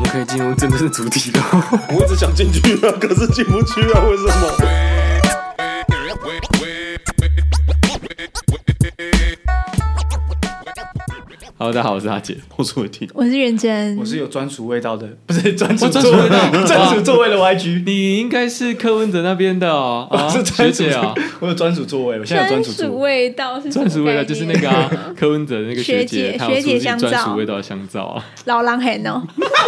可以进入真正的主题了。 我一直想进去啊，可是进不去啊，为什么 ？Hello， 大家好，我是阿杰， 我是伟霆， 我是认真， 我是有专属味道的，不是专属专属味道， 专属座位的 YG。 你应该是柯文哲那边的哦， 我是专属学姐啊， 我有专属座位，我现在有专属座位。 味道是专属味道就是那个柯文哲的那个学姐，她有出自己专属味道的香皂啊， 老狼很哦。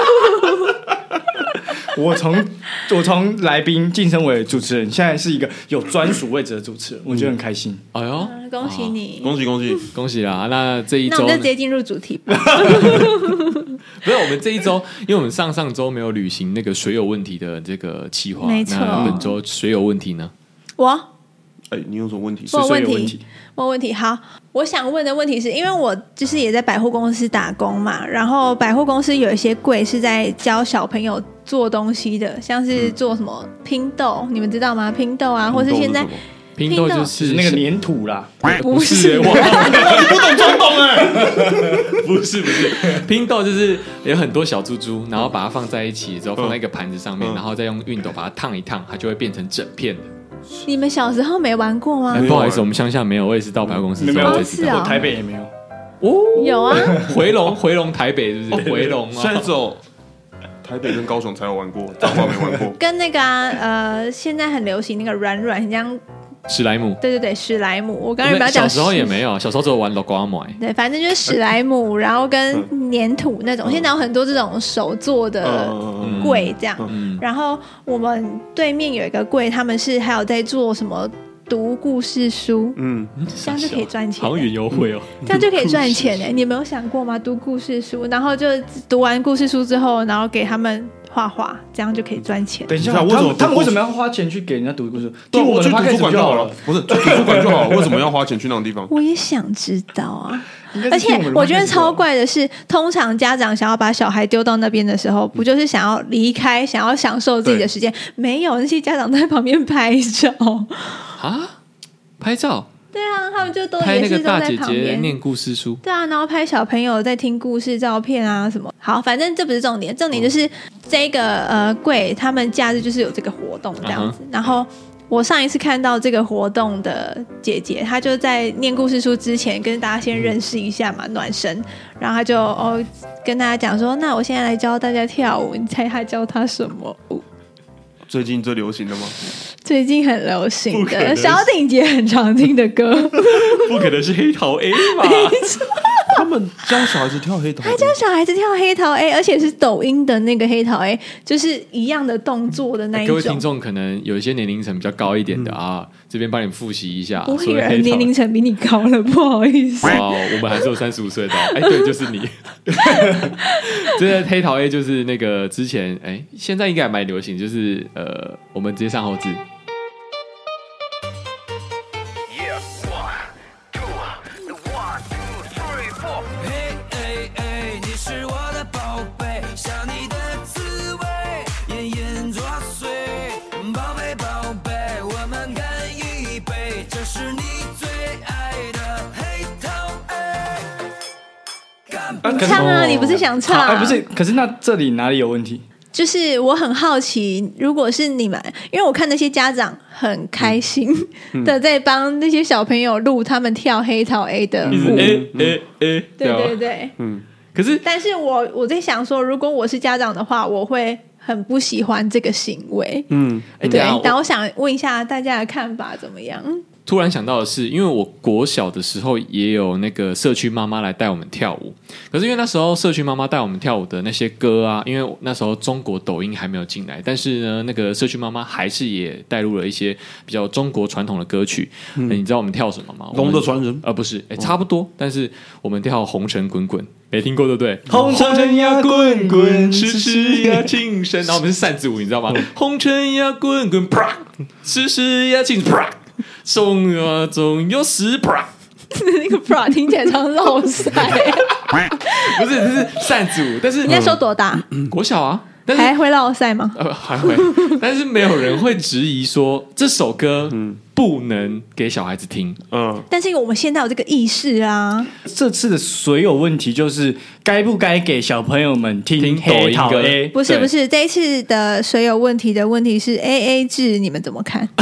我从来宾晋升为主持人，现在是一个有专属位置的主持人，我觉得很开心。 哎呦， 恭喜你， 恭喜恭喜恭喜啦！那这一周， 那我们就直接进入主题吧。 不是我们这一周，因为我们上周没有履行那个水有问题的这个企划， 没错。 那本周水有问题呢？ 你有什么问题？ 我有问题。好，我想问的问题是因为我就是也在百货公司打工嘛，然后百货公司有一些柜是在教小朋友做东西的，像是做什么拼豆，你们知道吗？拼豆啊，或是现在拼豆就是那个粘土啦， 不是， 你不懂装懂哎， 不是，拼豆就是有很多小珠珠，然后把它放在一起之后，放在一个盘子上面，然后再用熨斗把它烫一烫，它就会变成整片的。 你们小时候没玩过吗？ 不好意思，我们乡下没有，我也是到百货公司之后才知道。 是台北也没有。 哦， 有啊， 回龙台北是不是？回龙现在只有台北跟高雄才有玩过，彰化没玩过。 跟那个现在很流行那个软很像史莱姆， 对，史莱姆。我刚才本来讲小时候也没有，小时候只有玩老瓜买。 对，反正就是史莱姆，然后跟粘土那种。现在有很多这种手做的柜这样。然后我们对面有一个柜，他们是还有在做什么读故事书，这样就可以赚钱。 好像园游会哦， 这样就可以赚钱哎！你有没有想过吗？读故事书，然后就读完故事书之后，然后给他们画画，这样就可以赚钱。 等一下，他们为什么要花钱去给人家读故事？ 对，我去图书馆就好了。不是，去图书馆就好了。为什么要花钱去那种地方？ 我也想知道啊。而且我觉得超怪的是，通常家长想要把小孩丢到那边的时候，不就是想要离开，想要享受自己的时间？没有，那些家长在旁边拍照啊，拍照。 对啊，他们就都拍那个大姐也是都在旁边姐念故事书。 对啊，然后拍小朋友在听故事照片啊什么。好，反正这不是重点，重点就是这个柜他们假日就是有这个活动这样子。然后我上一次看到这个活动的姐姐，她就在念故事书之前跟大家先认识一下嘛，暖身。然后她就跟大家讲说，那我现在来教大家跳舞，你猜她教她什么舞？ 最近最流行的吗？ 最近很流行的，小鼎姐很常听的歌。 不可能是黑桃 A 吧？ 他们教小孩子跳黑桃 A， 他教小孩子跳黑桃 A， 而且是抖音的那个黑桃 A， 就是一样的动作的那一种。 各位听众可能有一些年龄层比较高一点的啊，这边帮你复习一下。 我以为年龄层比你高了，不好意思。 我们还是有35岁的。对，就是你。这个黑桃 A 就是那个之前现在应该还蛮流行，就是我们直接上后置。 你唱啊！你不是想唱？ 不是，可是那这里哪里有问题？ 就是我很好奇，如果是你们，因为我看那些家长很开心的在帮那些小朋友录他们跳黑桃 A 的舞，对， 可是， 但是我在想说，如果我是家长的话，我会很不喜欢这个行为。对，但我想问一下大家的看法怎么样？ 突然想到的是，因为我国小的时候也有那个社区妈妈来带我们跳舞，可是因为那时候社区妈妈带我们跳舞的那些歌啊，因为那时候中国抖音还没有进来，但是呢，那个社区妈妈还是也带入了一些比较中国传统的歌曲。你知道我们跳什么吗？ 龙的传人不是，差不多，但是我们跳红尘滚滚。没听过对不对？ 红尘呀滚滚， 痴痴呀情深。然后我们是扇子舞，你知道吗？红尘呀滚滚，啪，痴痴呀情深，啪，总有时，啪。 那个 bra 听起来像落塞。 不是，这是扇子舞，但是你那时候多大？ 国小啊。 还会落塞吗？ 还会，但是没有人会质疑说这首歌不能给小孩子听。 但是因为我们现在有这个意识啊， 这次的所有问题就是该不该给小朋友们听黑桃 A？ 不是，这一次的所有问题的问题是 AA 制，你们怎么看？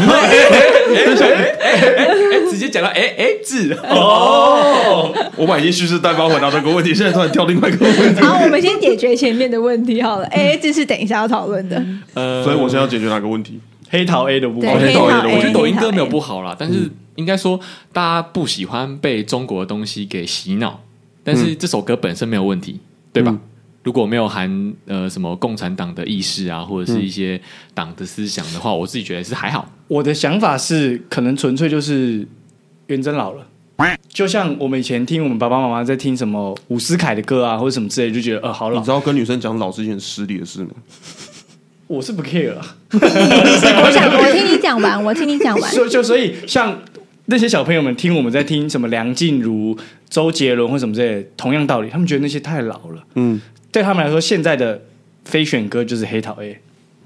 直接讲到制我本来已经蓄势待发回答这个问题，现在突然跳另外一个问题。 好，我们先解决前面的问题好了。AA 制是等一下要讨论的。 所以我现在要解决哪个问题？ 黑桃 A 的部分。 对，黑桃 A， 我觉得抖音歌没有不好啦，但是应该说大家不喜欢被中国的东西给洗脑，但是这首歌本身没有问题，对吧？如果没有含什么共产党的意识啊，或者是一些党的思想的话，我自己觉得是还好。 我的想法是，可能纯粹就是元真老了。就像我们以前听我们爸爸妈妈在听什么伍思凯的歌啊，或者什么之类，就觉得好老。 你知道跟女生讲老是一件失礼的事吗？ 我是不 care 啊。 我听你讲完， 所以像那些小朋友们听我们在听什么梁静茹、周杰伦或什么之类的，同样道理，他们觉得那些太老了。对他们来说，现在的非选歌就是黑桃 A。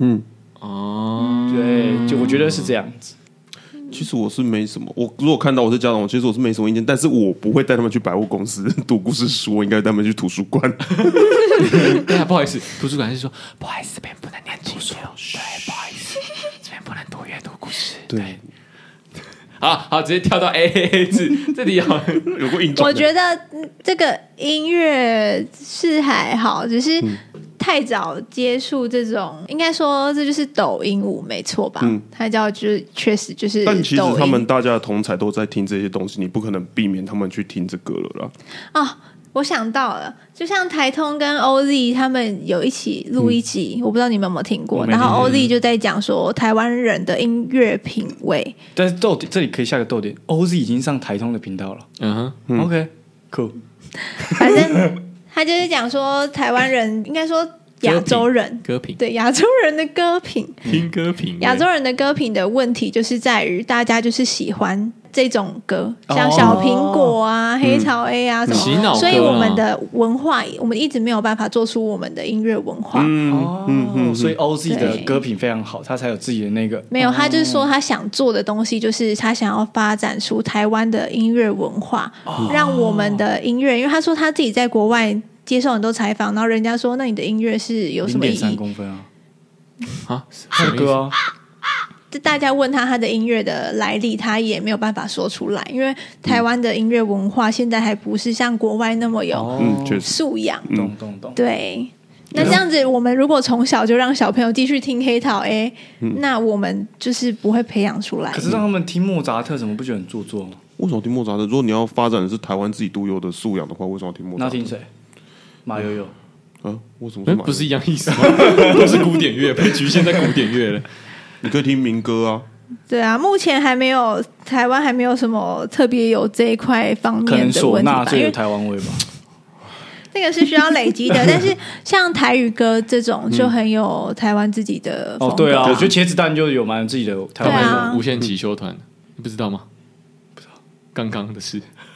对，就我觉得是这样子。 其实我是没什么，我如果看到我是家长，其实我是没什么意见，但是我不会带他们去百货公司读故事书，我应该带他们去图书馆。 对啊，不好意思，图书馆是说不好意思，这边不能念图书，对，不好意思，这边不能读阅读故事，对。好，直接跳到 AA 制，这里好像有过硬转。 我觉得这个音乐是还好，只是太早接触这种，应该说这就是抖音舞，没错吧？它叫就是确实就是。 但其实他们大家的同侪都在听这些东西，你不可能避免他们去听这个了啦。 我想到了，就像台通跟 OZ 他们有一起录一集，我不知道你们有没有听过。然后 OZ 就在讲说台湾人的音乐品味。 但是这里可以下个逗点 ，OZ 已经上台通的频道了。OK， cool。 反正他就是讲说台湾人，应该说亚洲人歌品， 对亚洲人的歌品， 听歌品， 亚洲人的歌品的问题就是在于大家就是喜欢这种歌，像小苹果啊、黑桃 A 啊什么， 洗脑歌啊， 所以我们的文化，我们一直没有办法做出我们的音乐文化。 所以 OZ 的歌品非常好，他才有自己的那个。 没有，他就是说他想做的东西，就是他想要发展出台湾的音乐文化，让我们的音乐，因为他说他自己在国外接受很多采访，然后人家说那你的音乐是有什么意义 ？0.3公分啊， 他的歌啊。 大家问他的音乐的来历，他也没有办法说出来，因为台湾的音乐文化现在还不是像国外那么有素养。 懂。 对，那这样子，我们如果从小就让小朋友继续听黑桃 A，那我们就是不会培养出来。 可是让他们听莫扎特，怎么不觉得很做作吗？ 为什么听莫扎特？如果你要发展的是台湾自己独有的素养的话，为什么要听莫扎特？ 那听谁？马友友啊？为什么是马友友？ 不是一样意思吗？都是古典乐，被局限在古典乐了。 你可以听民歌啊。 对啊，目前还没有台湾还没有什么特别有这一块方面的问题吧，可能唢呐最有台湾味吧。 这个是需要累积的，但是像台语歌这种就很有台湾自己的风格。 对啊，我觉得茄子蛋就有蛮自己的台湾味的。 无限期修团，你不知道吗？不知道，刚刚的事。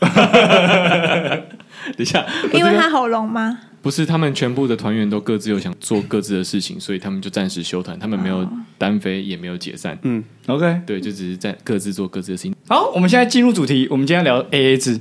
等一下， 因为他喉咙吗？ 不是，他们全部的团员都各自有想做各自的事情，所以他们就暂时休团，他们没有单飞，也没有解散。 OK， 对，就只是在各自做各自的事情。 好，我们现在进入主题，我们今天聊 AA 制。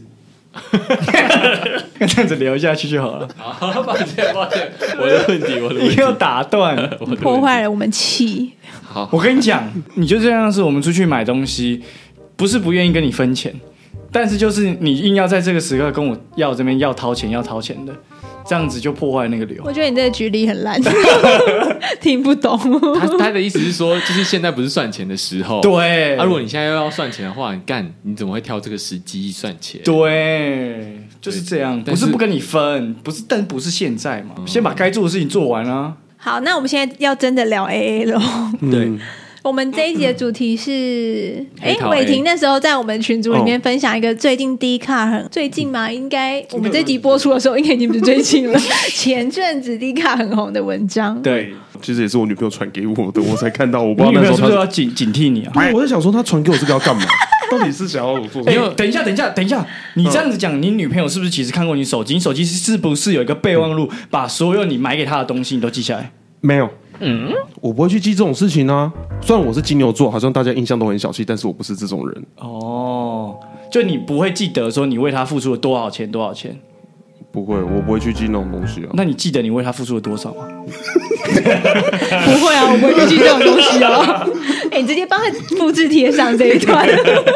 这样子聊下去就好了。 好，抱歉，我的问题， 你又打断， 破坏了我们气。 好， 我跟你讲，你就这样是我们出去买东西，不是不愿意跟你分钱，但是就是你硬要在这个时刻跟我要这边要掏钱的。这样子就破坏那个流。 我觉得你这个举例很烂，听不懂。 他的意思是说，就是现在不是算钱的时候。 对。 如果你现在又要算钱的话，你怎么会挑这个时机算钱？ 对，就是这样。不是不跟你分，但不是现在嘛。先把该做的事情做完啊。 好，那我们现在要真的聊 AA 了。 对。 我们这一集的主题是，伟霆那时候在我们群组里面分享一个最近 Dcard 最近嘛，应该我们这集播出的时候应该已经不是最近了，前阵子 Dcard 很红的文章。 对， 其实也是我女朋友传给我的，我才看到。我不知道那时候是不是要警惕你啊？ 我在想说，她传给我这个要干嘛？到底是想要我做什么？ 等一下，你这样子讲，你女朋友是不是其实看过你手机？你手机是不是有一个备忘录，把所有你买给她的东西你都记下来？ 没有，我不会去记这种事情啊。虽然我是金牛座，好像大家印象都很小气，但是我不是这种人。 哦，就你不会记得说你为他付出了多少钱？ 不会，我不会去记那种东西啊。 那你记得你为他付出了多少吗？ 不会啊，我不会去记这种东西哦。你直接帮他复制贴上这一段。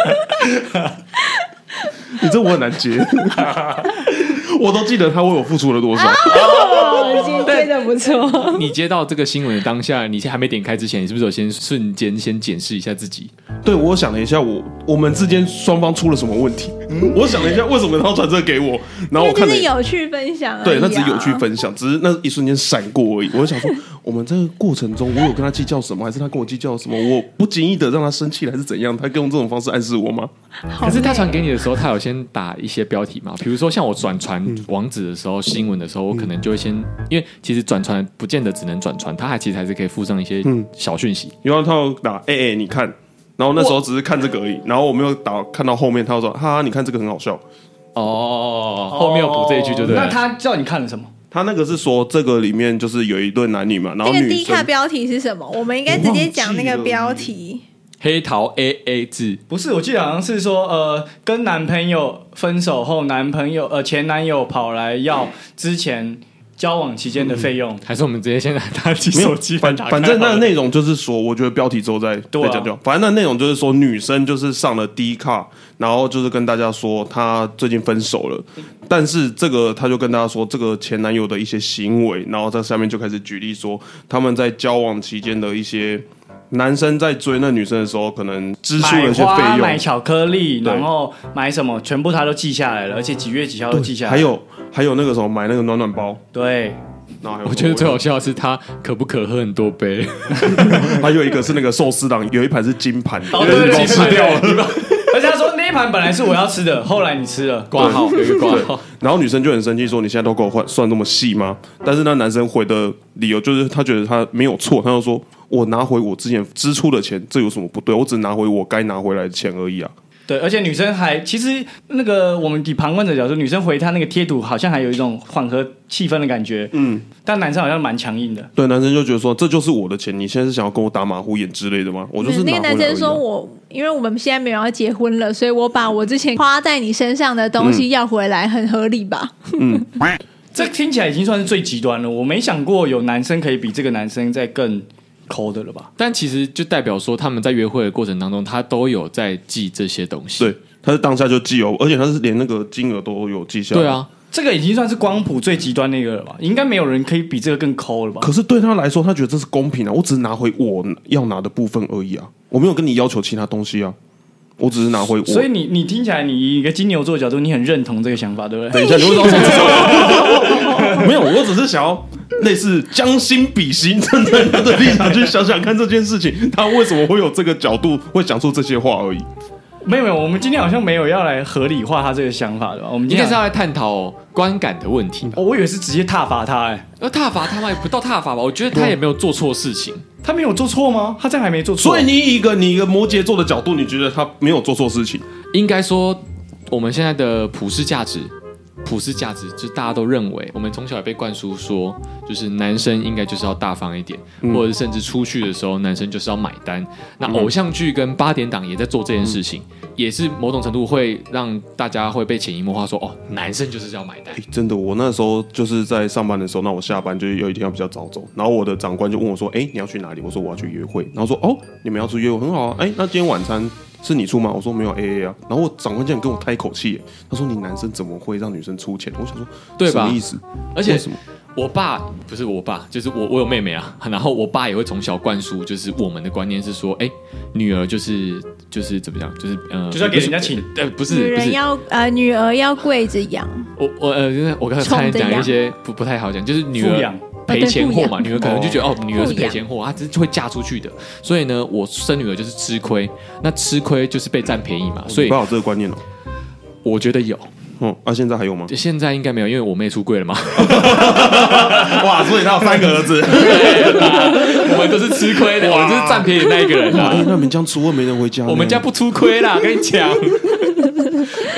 你这我很难接，我都记得他为我付出了多少。 今天接的不错。 你接到这个新闻的当下，你还没点开之前，你是不是有瞬间检视一下自己？ 对，我想了一下，我们之间双方出了什么问题？我想了一下，为什么他要传这个给我？然后我看了， 那是有趣分享而已啊。 对，那只是有趣分享，只是那一瞬间闪过而已。我就想说，我们这个过程中，我有跟他计较什么，还是他跟我计较什么？我不经意的让他生气了，还是怎样？他用这种方式暗示我吗？ 可是他传给你的时候，他有先打一些标题嘛？比如说像我转传网址的时候，新闻的时候，我可能就会先，因为其实转传不见得只能转传，他其实还是可以附上一些小讯息。 因为他有打你看。然后那时候只是看这个而已，然后我没有看到后面，他就说：“哈哈，你看这个很好笑。” 哦，后面有补这一句，就对了。 那他叫你看了什么？ 他那个是说这个里面就是有一对男女嘛，然后那个女 D 卡标题是什么？我们应该直接讲那个标题。 黑桃 AA 制不是，我记得好像是说，跟男朋友分手后，前男友跑来要之前交往期间的费用， 还是我们直接先拿他手机反正那个内容就是说，我觉得标题之后再讲就好。反正那内容就是说，女生就是上了 D 卡，然后就是跟大家说她最近分手了，但是这个她就跟大家说这个前男友的一些行为，然后在下面就开始举例说他们在交往期间的一些。男生在追那女生的时候，可能支出了一些费用， 买巧克力，然后买什么，全部他都记下来了，而且几月几号都记下来了。 还有那个什么买那个暖暖包， 对。 我觉得最好笑的是他可不可喝很多杯， 还有一个是那个寿司郎，有一盘是金盘， 对， 金吃掉了。 而且他说那一盘本来是我要吃的，后来你吃了， 挂号有一个挂号。 然后女生就很生气说：“你现在都给我算那么细吗？”但是那男生回的理由就是他觉得他没有错，他就说：“我拿回我之前支出的钱，这有什么不对？我只拿回我该拿回来的钱而已啊。” 对，而且女生还其实那个我们以旁观者角度，女生回他那个贴图好像还有一种缓和气氛的感觉，但男生好像蛮强硬的。 对，男生就觉得说这就是我的钱，你现在是想要跟我打马虎眼之类的吗？我就是拿回来而已啊。 那个男生说因为我们现在没有要结婚了，所以我把我之前花在你身上的东西要回来，很合理吧？ 这听起来已经算是最极端了。我没想过有男生可以比这个男生再更抠的了吧？ 但其实就代表说他们在约会的过程当中，他都有在记这些东西。 对，他是当下就记哦，而且他是连那个金额都有记下来。 对啊， 这个已经算是光谱最极端那个了吧？应该没有人可以比这个更抠了吧？ 可是对他来说，他觉得这是公平啊，我只是拿回我要拿的部分而已啊，我没有跟你要求其他东西啊。我只是拿回我， 所以你听起来，你以一个金牛座的角度，你很认同这个想法，对不对？ 等一下，你为什么要说没有，我只是想要类似将心比心，站在他的立场去想想看这件事情，他为什么会有这个角度，会讲出这些话而已。 没有，我们今天好像没有要来合理化他这个想法的吧？我们今天是要来探讨观感的问题。 我以为是直接挞伐他， 挞伐他嘛，也不到挞伐吧？我觉得他也没有做错事情。 他没有做错吗？他这样还没做错。 所以你以一个摩羯座的角度，你觉得他没有做错事情？ 应该说，我们现在的普世价值，就是大家都认为，我们从小也被灌输说，就是男生应该就是要大方一点，或者甚至出去的时候，男生就是要买单。那偶像剧跟8点档也在做这件事情，也是某种程度会让大家会被潜移默化说，哦，男生就是要买单。 真的，我那时候就是在上班的时候，那我下班就有一天要比较早走，然后我的长官就问我说：“你要去哪里？”我说：“我要去约会。”然后说：“哦，你们要去约会，很好啊。那今天晚餐是你出吗？”我说：“没有 AA 啊。”然后我长官竟然跟我开口气，他说：“你男生怎么会让女生出钱？”我想说， 对吧？ 什么意思？ 而且我爸不是我爸，就是我有妹妹啊。然后我爸也会从小灌输，就是我们的观念是说，女儿就是怎么样，就是要给人家请， 不是， 女儿要跪着养。 我刚才差点讲一些不太好讲，就是女儿赔钱货嘛，女儿可能就觉得女儿是赔钱货，她只是会嫁出去的。所以呢，我生女儿就是吃亏，那吃亏就是被占便宜嘛。所以不有这个观念哦， 我觉得有。 现在还有吗？ 现在应该没有，因为我妹出柜了嘛。 哇，所以他有3个儿子。 我们都是吃亏的，我就是占便宜的那一个人啊。 那你们这样出问没人回家， 我们家不出亏啦，跟你讲。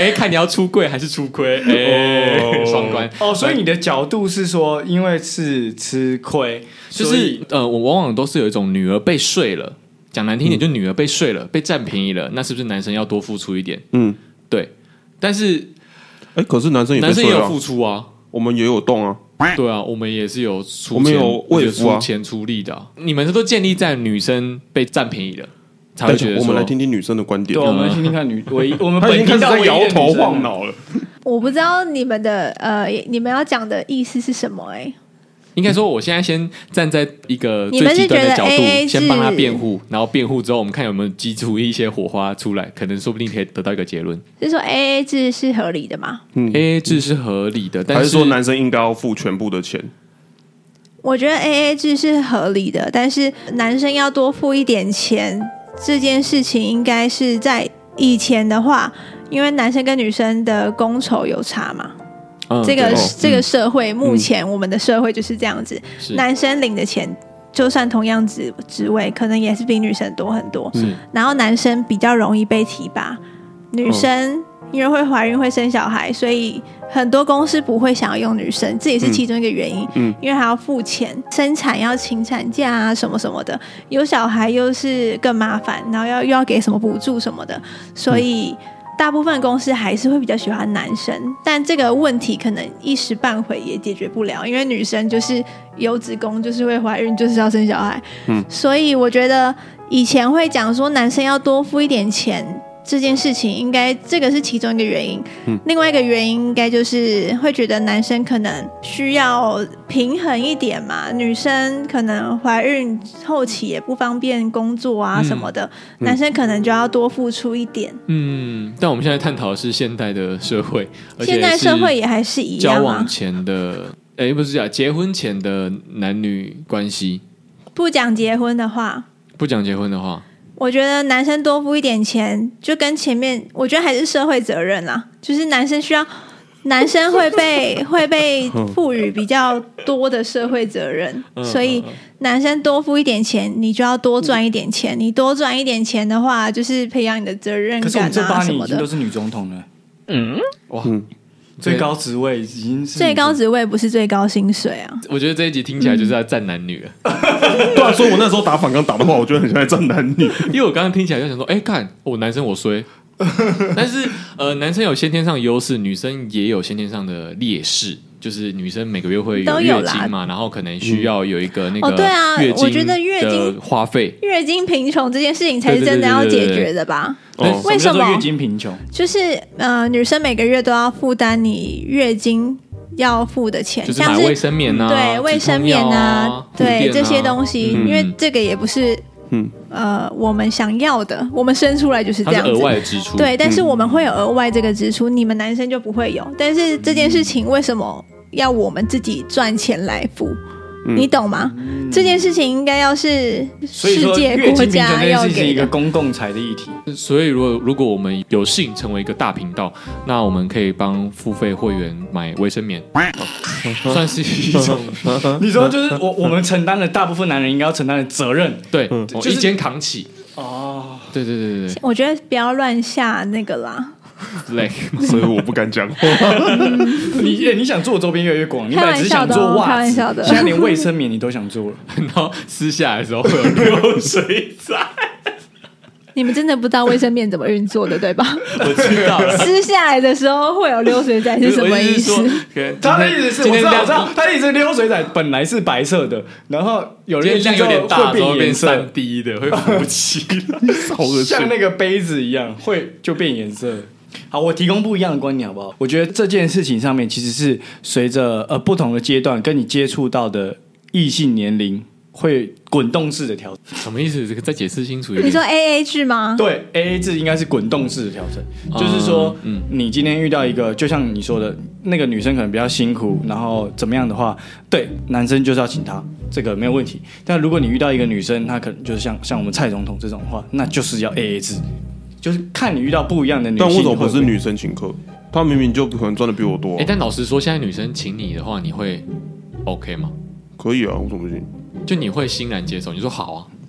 看你要出柜还是出亏，双关哦。所以你的角度是说，因为是吃亏， 就是我往往都是有一种女儿被睡了，讲难听点，就女儿被睡了，被占便宜了，那是不是男生要多付出一点？对。但是， 可是男生也有付出啊， 我们也有动啊。 对啊，我们也是有出钱， 我们有为付啊， 出钱出力的你们都建立在女生被占便宜了。才会觉得我们来听听女生的观点。 对，我们来听听看我们本频道在摇头晃脑了。 我不知道你们的你们要讲的意思是什么应该说，我现在先站在一个最极端的角度，先帮他辩护，然后辩护之后，我们看有没有激出一些火花出来，可能说不定可以得到一个结论。 就是说 AA 制是合理的吗 ？AA 制是合理的，但是还是说男生应该要付全部的钱？ 我觉得 AA 制是合理的，但是男生要多付一点钱，这件事情应该是在以前的话，因为男生跟女生的工酬有差嘛。这个社会目前我们的社会就是这样子，男生领的钱就算同样职位，可能也是比女生多很多。然后男生比较容易被提拔，女生因为会怀孕会生小孩，所以很多公司不会想要用女生，这也是其中一个原因。因为还要付钱，生产要请产假啊什么什么的，有小孩又是更麻烦，然后又要给什么补助什么的，所以大部分公司还是会比较喜欢男生，但这个问题可能一时半会也解决不了，因为女生就是有子宫，就是会怀孕，就是要生小孩。所以我觉得以前会讲说男生要多付一点钱这件事情，应该这个是其中一个原因。另外一个原因应该就是会觉得男生可能需要平衡一点嘛，女生可能怀孕后期也不方便工作啊什么的，男生可能就要多付出一点。 但我们现在探讨的是现代的社会， 现代社会也还是一样交往前的不是结婚前的男女关系。 不讲结婚的话，我觉得男生多付一点钱，就跟前面我觉得还是社会责任啦，就是男生会被赋予比较多的社会责任，所以男生多付一点钱，你就要多赚一点钱。你多赚一点钱的话，就是培养你的责任感啊什么的。 可是我们这8年已经都是女总统了，最高职位已经是最高职位，不是最高薪水啊！ 我觉得这一集听起来就是在站男女了。 对啊，所以我那时候打反刚打的话，我觉得很像在站男女。 因为我刚刚听起来就想说，看我男生我衰，但是男生有先天上的优势，女生也有先天上的劣势。就是女生每个月会有月经嘛，然后可能需要有一个那个月经的花费。 月经贫穷这件事情才是真的要解决的吧？为什么月经贫穷？ 就是女生每个月都要负担你月经要付的钱， 就是买卫生棉啊， 对，卫生棉啊，对这些东西，因为这个也不是。我们想要的，我们生出来就是这样子， 它是额外的支出。 对，但是我们会有额外这个支出，你们男生就不会有。但是这件事情为什么要我们自己赚钱来付？你懂吗？这件事情应该要是世界国家要给的， 是一个公共财的议题。 所以如果我们有幸成为一个大频道，那我们可以帮付费会员买卫生棉，算是一种。 你说就是我们承担了大部分男人应该要承担的责任， 对，一肩扛起。对， 我觉得不要乱下那个啦。 所以我不敢讲话。 你想做的周边越来越广，你本来只是想做袜子，现在连卫生棉你都想做了。 然后撕下来的时候会有流水仔。 你们真的不知道卫生棉怎么运作的，对吧？ 我知道， 撕下来的时候会有流水仔是什么意思？ 他的意思是，我知道，他的意思是流水仔本来是白色的，然后有量有点大之后变 3D 的，会浮起来， 像那个杯子一样，会就变颜色。好，我提供不一样的观点好不好？我觉得这件事情上面其实是随着不同的阶段跟你接触到的异性年龄会滚动式的调整。 什么意思？这个再解释清楚一点。 你说 AA 制吗？ 对 ，AA 制应该是滚动式的调整，就是说，你今天遇到一个，就像你说的那个女生可能比较辛苦，然后怎么样的话，对，男生就是要请她，这个没有问题。但如果你遇到一个女生，她可能就是像我们蔡总统这种的话，那就是要 AA 制。就是看你遇到不一样的女性， 但为什么不是女生请客？她明明就可能赚的比我多。 但老实说，现在女生请你的话，你会 OK 吗？ 可以啊，为什么不行？ 就你会欣然接受？你说好啊？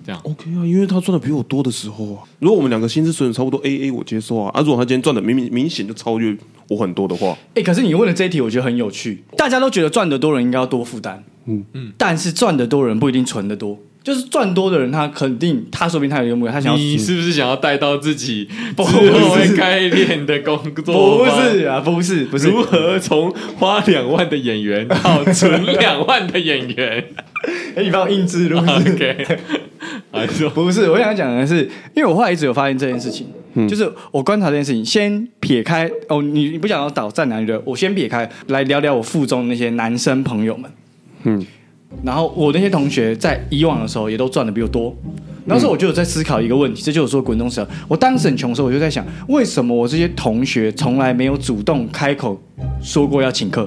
这样 OK 啊，因为他赚的比我多的时候啊，如果我们两个薪资水准差不多 AA 我接受啊，如果他今天赚的明显就超越我很多的话， 可是你问的这一题我觉得很有趣，大家都觉得赚得多人应该要多负担，但是赚得多人不一定存得多。就是赚多的人，他肯定，他说不定他有一个目标，他想要。 你是不是想要带到自己之后会开练的工作？ 不是啊，不是， 如何从花2万的演员到存2万的演员？ 你帮我印制录 OK， 不是，我想讲的是，因为我后来一直有发现这件事情，就是我观察这件事情，先撇开你不讲要导战男女的，我先撇开来聊聊我附中那些男生朋友们，然后我那些同学在以往的时候也都赚的比我多，那时候我就有在思考一个问题，这就是我说滚动式。我当时很穷的时候，我就在想，为什么我这些同学从来没有主动开口说过要请客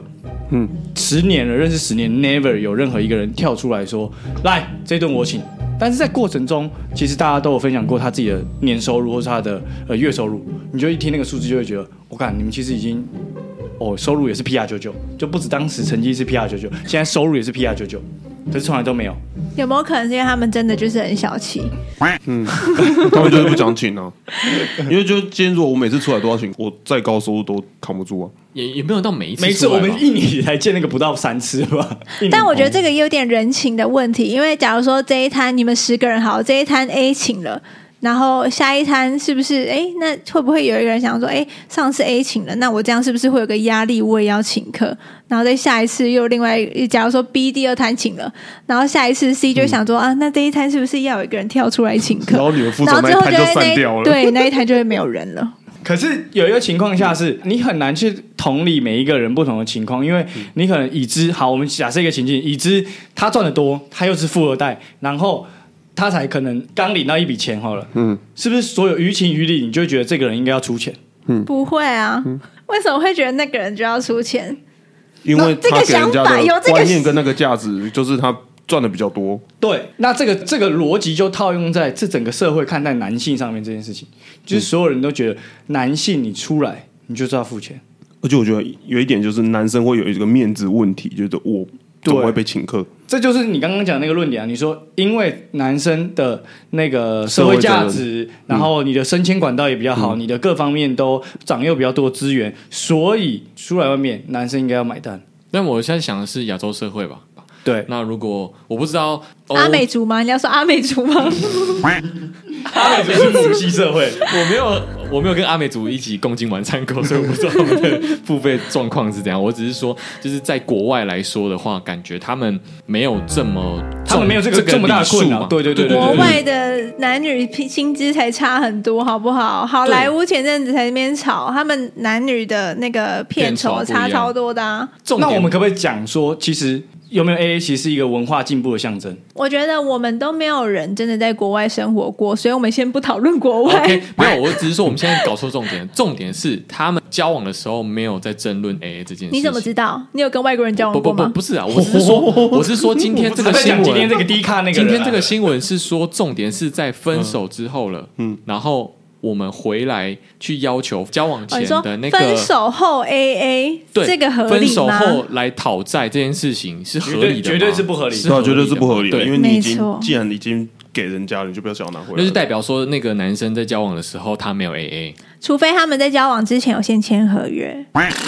？10年了，认识10年 ，never 有任何一个人跳出来说，来这顿我请。但是在过程中，其实大家都有分享过他自己的年收入或是他的月收入，你就一听那个数字就会觉得，我看你们其实已经。收入也是 PR99， 就不止当时成绩是 PR99， 现在收入也是 PR99， 可是从来都没有。 有没有可能是因为他们真的就是很小气？ 他们就是不想请啊，因为就今天如果我每次出来都要请，我再高收入都扛不住啊。 也没有到每一次， 每次我们1年才见那个不到3次吧。 但我觉得这个也有点人情的问题，因为假如说这一摊你们10个人好，这一摊 A 请了。然后下一摊是不是那会不会有一个人想说上次 A 请了，那我这样是不是会有个压力，我也要请客？然后再下一次又另外假如说 B 第2摊请了，然后下一次 C 就想说那这一摊是不是要有一个人跳出来请客？ 然后你们负责那一摊就散掉了， 对，那一摊就会没有人了。 可是有一个情况下是你很难去同理每一个人不同的情况，因为你可能已知好，我们假设一个情境，已知他赚得多，他又是富二代，然后他才可能刚领到一笔钱好了，是不是所有于情于理，你就会觉得这个人应该要出钱？ 不会啊，为什么会觉得那个人就要出钱？ 因为他给人家的观念跟那个价值，就是他赚的比较多。 对，那这个逻辑就套用在这整个社会看待男性上面这件事情，就是所有人都觉得男性你出来你就是要付钱， 而且我觉得有一点就是男生会有一个面子问题，觉得我怎么会被请客？ 这就是你刚刚讲的那个论点啊！你说因为男生的那个社会价值，然后你的升迁管道也比较好，你的各方面都掌握比较多资源，所以出来外面男生应该要买单。 但我现在想的是亚洲社会吧。 对， 那如果我不知道阿美族吗？你要说阿美族吗？ 阿美族是母系社会， 我没有跟阿美族一起共进晚餐过，所以我不知道他们的付费状况是怎样。我只是说，就是在国外来说的话，感觉他们没有这么， 他们没有这么大的困扰。对， 国外的男女薪资才差很多，好不好？好莱坞前阵子才在那边吵，他们男女的那个片酬差超多的啊。 那我们可不可以讲说，其实？有没有 AA 其实是一个文化进步的象征？ 我觉得我们都没有人真的在国外生活过，所以我们先不讨论国外。 Okay, 没有，我只是说我们现在搞错重点。重点是他们交往的时候没有在争论 AA 这件事情。 你怎么知道？你有跟外国人交往过吗？ 不是啊，我是说今天这个新闻， 今天这个低卡那个， 今天这个新闻是说重点是在分手之后了，然后。我们回来去要求交往前的那个分手后 AA， 对， 这个合理吗？ 分手后来讨债这件事情是合理的吗？ 绝对是不合理， 对，绝对是不合理的。因为你既然已经给人家了，你就不要想要拿回来。 那就代表说，那个男生在交往的时候他没有 AA， 除非他们在交往之前有先签合约。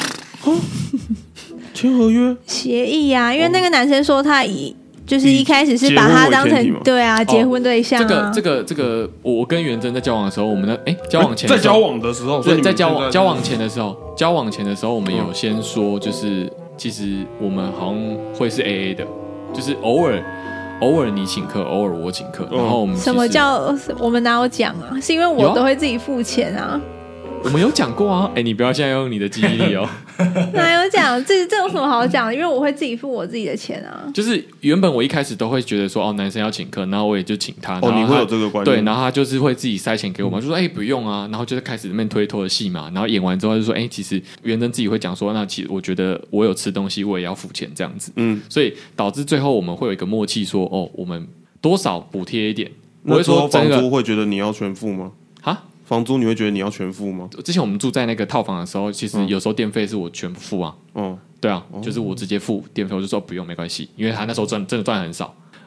签合约协议啊，因为那个男生说他就是一开始是把他当成对啊结婚对象啊。 这个，我跟元真在交往的时候，我们的交往前在交往的时候， 对，在交往前的时候，我们有先说，就是其实我们好像会是 AA 的，就是偶尔你请客，偶尔我请客，然后我们什么叫我们哪有讲啊？是因为我都会自己付钱啊。 我们有讲过啊，你不要现在用你的记忆力哦。 哪有讲？这有什么好讲？因为我会自己付我自己的钱啊。 就是原本我一开始都会觉得说，男生要请客，然后我也就请他。 你会有这个观念？ 对，然后他就是会自己塞钱给我嘛，就说不用啊，然后就是开始那边推脱的戏嘛，然后演完之后就说其实元真自己会讲说，那其实我觉得我有吃东西，我也要付钱这样子。所以导致最后我们会有一个默契说，我们多少补贴一点。 我会说房租会觉得你要全付吗？ 哈？ 房租你会觉得你要全付吗？ 之前我们住在那个套房的时候，其实有时候电费是我全部付啊。对啊，就是我直接付电费，我就说不用没关系，因为他那时候真的赚很少。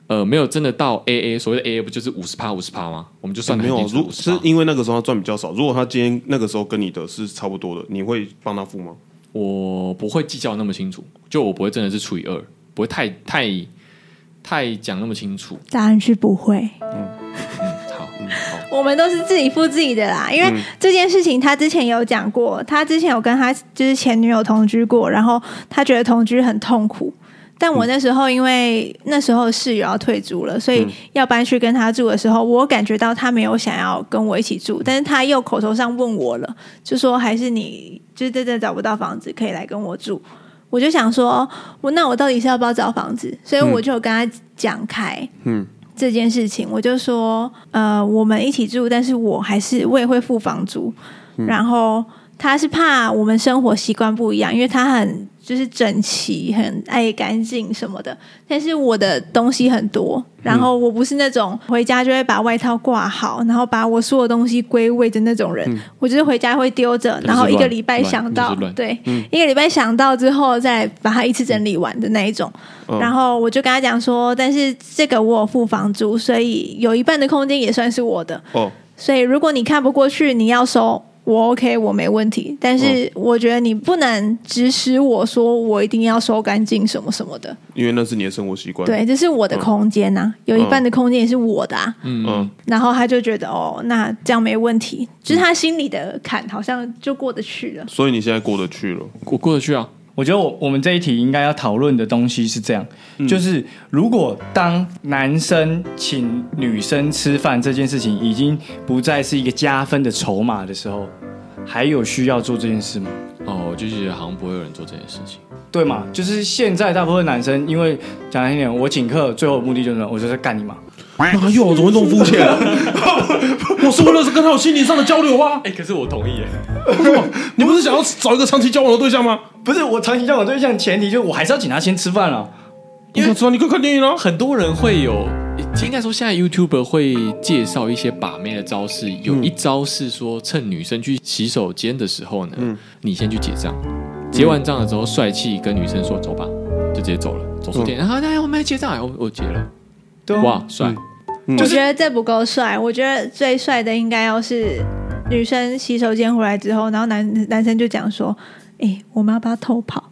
没有真的到 AA， 所谓的 AA 不就是50%吗？我们就算没有，是因为那个时候他赚比较少。如果他今天那个时候跟你的是差不多的，你会帮他付吗？ 我不会计较那么清楚，就我不会真的是除以2，不会太讲那么清楚。 答案是不会。 好， 我们都是自己付自己的啦，因为这件事情他之前有讲过，他之前有跟他就是前女友同居过，然后他觉得同居很痛苦。但我那时候因为那时候室友要退租了，所以要搬去跟他住的时候，我感觉到他没有想要跟我一起住，但是他又口头上问我了，就说还是你就是真的找不到房子可以来跟我住。我就想说，那我到底是要不要找房子？所以我就跟他讲开这件事情，我就说我们一起住，但是我也会付房租，然后他是怕我们生活习惯不一样，因为他很就是整齐，很爱干净什么的。但是我的东西很多，然后我不是那种回家就会把外套挂好，然后把我所有东西归位的那种人。我就是回家会丢着，然后一个礼拜想到，对，一个礼拜想到之后再把它一次整理完的那一种。然后我就跟他讲说，但是这个我有付房租，所以有一半的空间也算是我的。所以如果你看不过去，你要收。我 OK， 我没问题，但是我觉得你不能指使我说我一定要收干净什么什么的， 因为那是你的生活习惯。 对，这是我的空间啊，有一半的空间也是我的啊。然后他就觉得那这样没问题，就是他心里的坎好像就过得去了。 所以你现在过得去了？ 我过得去啊。 我觉得我们这一题应该要讨论的东西是这样，就是如果当男生请女生吃饭这件事情已经不再是一个加分的筹码的时候，还有需要做这件事吗？ 我就觉得好像不会有人做这件事情。 对嘛？就是现在大部分男生，因为讲难听点，我请客最后的目的就是我就在干你嘛。 哪有？怎么会这么肤浅？我是为了跟他有心灵上的交流啊！ 可是我同意耶。 你不是想要找一个长期交往的对象吗？ 不是，我长期交往对象前提就是我还是要请他先吃饭了。 因为知道你可以看电影啊。 很多人会有，应该说现在 YouTuber 会介绍一些把妹的招式，有一招是说趁女生去洗手间的时候呢，你先去结账，结完账了之后帅气跟女生说走吧，就直接走了，走出店，然后我们来结账，我结了，对哇帅。 我觉得这不够帅，我觉得最帅的应该要是女生洗手间回来之后，然后男生就讲说，我们要不要偷跑？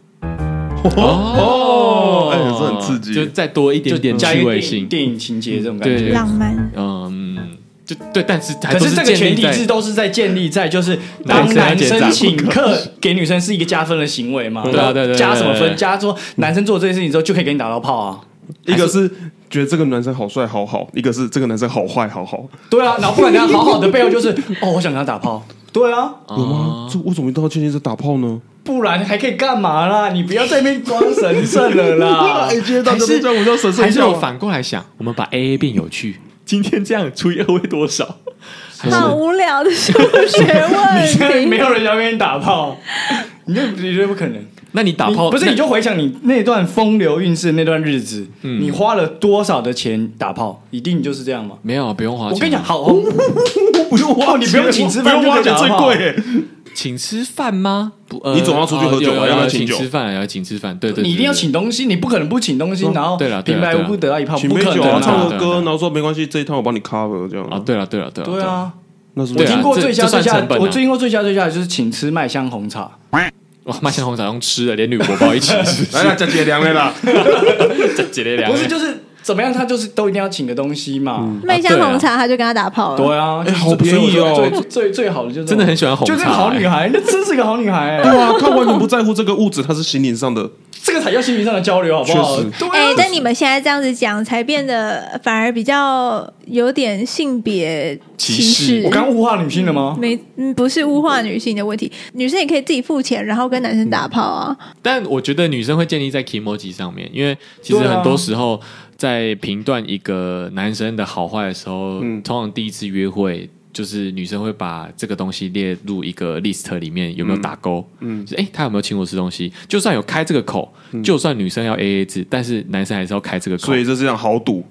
这很刺激， 就再多一点点趣味性， 电影情节这种感觉， 浪漫。 就对，但是可是这个前提都是在建立在就是当男生请客给女生是一个加分的行为嘛？ 对， 加什么分？加说男生做这件事情之后就可以给你打到炮啊。 一个是觉得这个男生好帅好好，一个是这个男生好坏好好。 对啊，然后不管怎样好好的背后就是我想跟他打炮。对啊， 有吗？这为什么都要建立在打炮呢？ 不然还可以干嘛啦？你不要在那边装神圣了啦！ 今天大家都这样，我叫神圣。 还是我反过来想，我们把 AA 变有趣。今天这样除以2会多少？ 好无聊的数学问题。 没有人要跟你打炮，你觉得不可能？ 那你打炮不是你就回想你那段风流韵事那段日子，你花了多少的钱打炮？一定就是这样吗？ 没有，不用花钱。 我跟你讲，好，不用花，你不用请吃饭， 不用花钱最贵。 请吃饭吗？ 你总要出去喝酒啊，要不要请酒？ 请吃饭，要请吃饭。对， 你一定要请东西，你不可能不请东西，然后平白无故得到一炮， 请杯酒啊，唱个歌，然后说没关系，这一趟我帮你 cover 这样啊。对了， 对啊， 那是我听过最佳，我听过最佳就是请吃麦香红茶。 哇，麦香红茶用吃的，连铝箔包一起吃， 来加节粮了啦， 加节粮。 不是就是。怎么样？他就是都一定要请个东西嘛。 麦香红茶，他就跟他打炮了。 对啊， 好便宜哦。 最好的就是真的很喜欢红茶， 就是好女孩，那真是个好女孩。 对啊，他完全不在乎这个物质，他是心灵上的， 这个才叫心灵上的交流，好不好？ 但你们现在这样子讲，才变得反而比较有点性别歧视。 我刚物化女性了吗？ 不是物化女性的问题，女生也可以自己付钱，然后跟男生打炮啊。 但我觉得女生会建立在 kimoji 上面，因为其实很多时候。在评断一个男生的好坏的时候，通常第一次约会，就是女生会把这个东西列入一个 list 里面，有没有打勾？就是他有没有请我吃东西？就算有开这个口，就算女生要 AA 制，但是男生还是要开这个口。 所以这是这样豪赌。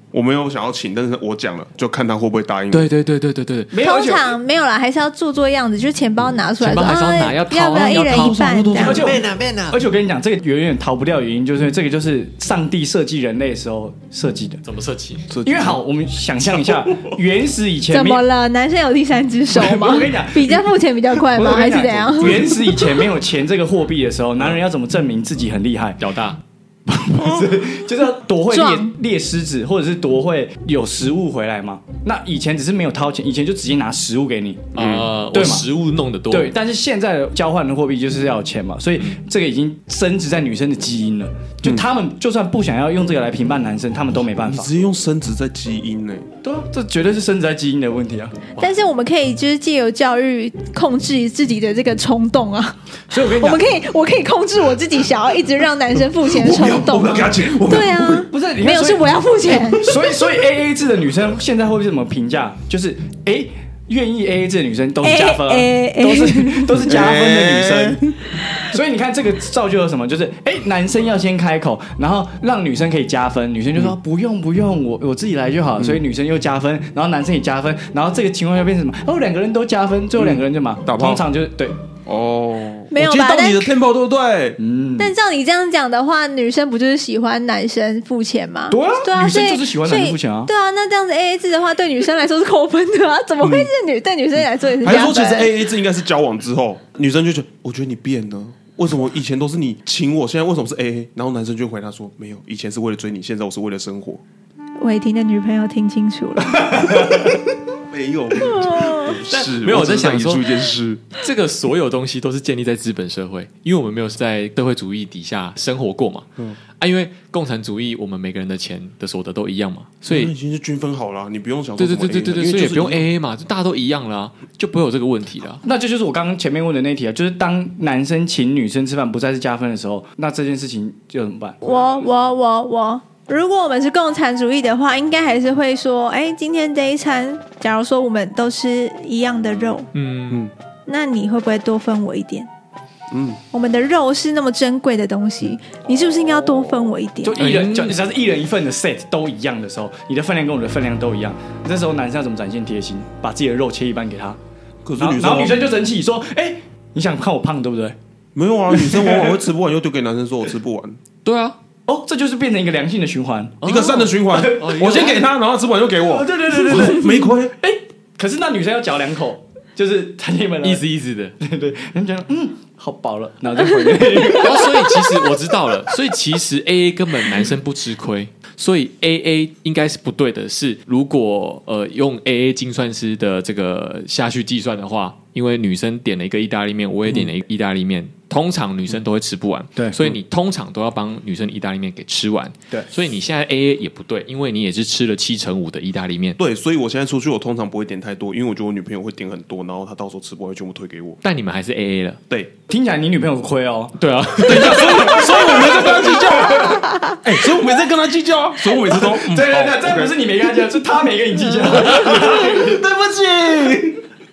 我没有想要请，但是我讲了，就看他会不会答应。 对， 没有， 通常没有啦，还是要做样子，就是钱包拿出来， 钱包还是要拿，要掏， 要不要一人一半这样？ 而且我跟你讲，这个远远逃不掉的原因，就是这个就是上帝设计人类的时候设计的。 怎么设计？ 因为好，我们想象一下，原始以前怎么了？男生有第三只手吗？ 我跟你讲， 比较付钱比较快吗？还是怎样？ 原始以前没有钱这个货币的时候，男人要怎么证明自己很厉害？ 屌大。 就是要多会猎狮子，或者是多会有食物回来嘛。那以前只是没有掏钱，以前就直接拿食物给你， 对嘛？食物弄得多， 对。但是现在的交换的货币就是要有钱嘛，所以这个已经深植在女生的基因了。就他们就算不想要用这个来评判男生，他们都没办法。 你直接用生殖在基因呢？ 对啊，这绝对是生殖在基因的问题啊。 但是我们可以就是借由教育控制自己的这个冲动啊。 所以我跟你讲， 我可以控制我自己想要一直让男生付钱的冲动。 我不要给他钱。 对啊， 不是没有是我要付钱。 所以 AA 制的女生现在会怎么评价？就是愿意 AA 制的女生都是加分，都是加分的女生。所以你看，这个造就了什么？就是男生要先开口，然后让女生可以加分，女生就说不用，我自己来就好。所以女生又加分，然后男生也加分，然后这个情况又变成什么？两个人都加分，最后两个人就嘛打炮，通常就是对。 没有吧？ 我接到你的 tempo 对不对？ 但照你这样讲的话，女生不就是喜欢男生付钱吗？ 对啊，女生就是喜欢男生付钱啊。 对啊，那这样子 AA 制的话，对女生来说是扣分的啊，怎么会是对女生来说也是加分？ 还是说其实 AA 制应该是交往之后，女生就觉得我觉得你变了，为什么以前都是你请我，现在为什么是 AA？ 然后男生就回答说没有，以前是为了追你，现在我是为了生活。 伟霆的女朋友听清楚了。 没有，是没有。我在想说一件事， 这个所有东西都是建立在资本社会，因为我们没有在社会主义底下生活过嘛。因为共产主义，我们每个人的钱的所得都一样嘛，所以已经是均分好了，你不用想对，所以也不用 AA 嘛，就大家都一样了，就不会有这个问题了。 那这就是我刚刚前面问的那题啊，就是当男生请女生吃饭不再是加分的时候，那这件事情就怎么办？ 我。如果我们是共产主义的话，应该还是会说，今天这一餐，假如说我们都吃一样的肉，那你会不会多分我一点？我们的肉是那么珍贵的东西，你是不是应该要多分我一点？ 就一人，只要是一人一份的 set 都一样的时候，你的分量跟我的分量都一样，这时候男生要怎么展现贴心？把自己的肉切一半给他， 可是然后女生就生气说：“你想看我胖对不对？” 没有啊，女生往往会吃不完，又丢给男生说我吃不完。 对啊。 这就是变成一个良性的循环， 一个善的循环。我先给他，然后吃不完又给我。 对， 没亏。 可是那女生要嚼2口，就是他那边意思的， 对，人家好饱了，然后就回来。 所以其实我知道了，所以其实 AA 根本男生不吃亏，所以 AA 应该是不对的。是如果用 AA 精算师的这个下去计算的话，因为女生点了一个意大利面，我也点了一个意大利面。通常女生都会吃不完， 对， 所以你通常都要帮女生的意大利面给吃完， 对， 所以你现在 AA 也不对，因为你也是吃了7×5的意大利面， 对，所以我现在出去我通常不会点太多，因为我觉得我女朋友会点很多，然后她到时候吃不完会全部推给我。 但你们还是 AA 了， 对， 听起来你女朋友亏哦， 对啊， 所以我没在跟她计较，所以我没在跟她计较，所以我每次都对，这不是你没跟她计较，是她没跟你计较， 对不起。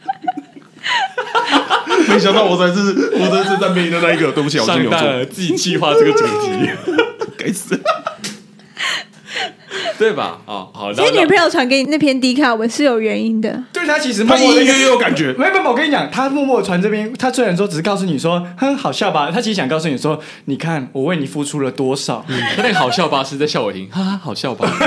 没想到我才是占便宜的那一个，对不起，我今天有错， 自己计划这个主题， 该死， 对吧？好， 其实女朋友传给你那篇 D 卡文是有原因的， 对他其实他隐隐约约有感觉， 没有，我跟你讲，他默默传这边，他虽然说只是告诉你说，好笑吧，他其实想告诉你说，你看我为你付出了多少， 他那个好笑吧是在笑我听，哈哈，好笑吧。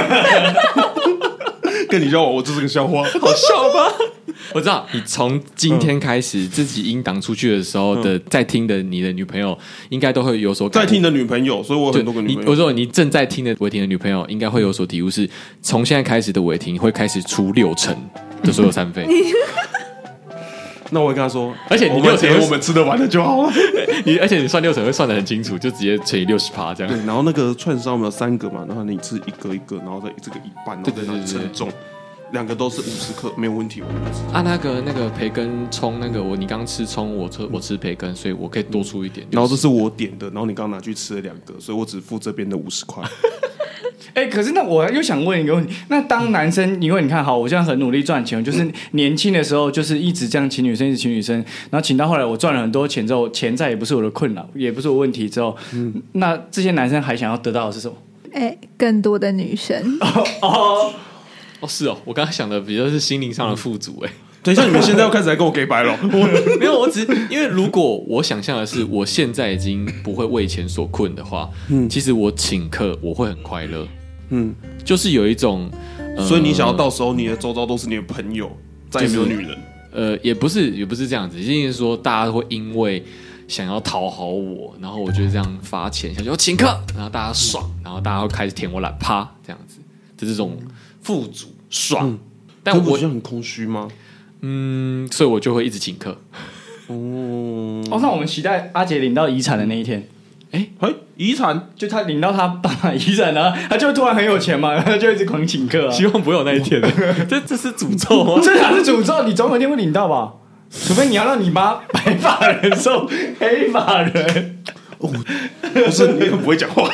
跟你交往，我就是个笑话， 好笑吧？我知道，你从今天开始自己音档出去的时候的，在听的你的女朋友应该都会有所感悟。 在听的女朋友，所以我有很多个女朋友。 我说你正在听的伟霆的女朋友应该会有所体悟，是从现在开始的伟霆会开始出60%的所有餐费。 那我会跟他说， 而且你60% 我们吃得完了就好了。 而且你算60%会算得很清楚，就直接乘以60%这样。 对，然后那个串烧我们有3个嘛，然后你吃一个一个，然后再这个一半，然后再称重。2个都是50克，没有问题，我们就吃。 那个培根葱，你刚吃葱，我吃培根，所以我可以多出一点。 然后这是我点的，然后你刚拿去吃了2个，所以我只付这边的50块。 可是那我又想问一个问题，那当男生，因为你看，好，我现在很努力赚钱，就是年轻的时候就是一直这样请女生，一直请女生，然后请到后来我赚了很多钱之后，钱再也不是我的困扰，也不是我问题之后，那这些男生还想要得到的是什么？ 更多的女生。 哦，是哦，我刚刚想的比较是心灵上的富足。 等一下，你们现在要开始来跟我 gay 白了？ 没有，我只是因为如果我想象的是我现在已经不会为钱所困的话，其实我请客我会很快乐，就是有一种， 所以你想要到时候你的周遭都是你的朋友，再也没有女人， 也不是这样子，就是说大家会因为想要讨好我，然后我就这样发钱下去，我请客，然后大家爽，然后大家会开始舔我懒趴，这样子的这种富足爽，但我觉得很空虚吗？ 所以我就会一直请客。 那我们期待阿杰领到遗产的那一天。 遗产就他领到他爸爸遗产，然后他就突然很有钱嘛，然后就一直狂请客啊。 希望不会有那一天。这是诅咒吗？ 这哪是诅咒？你总有一天会领到吧？除非你要让你妈白发人送黑发人。 不是，你很不会讲话。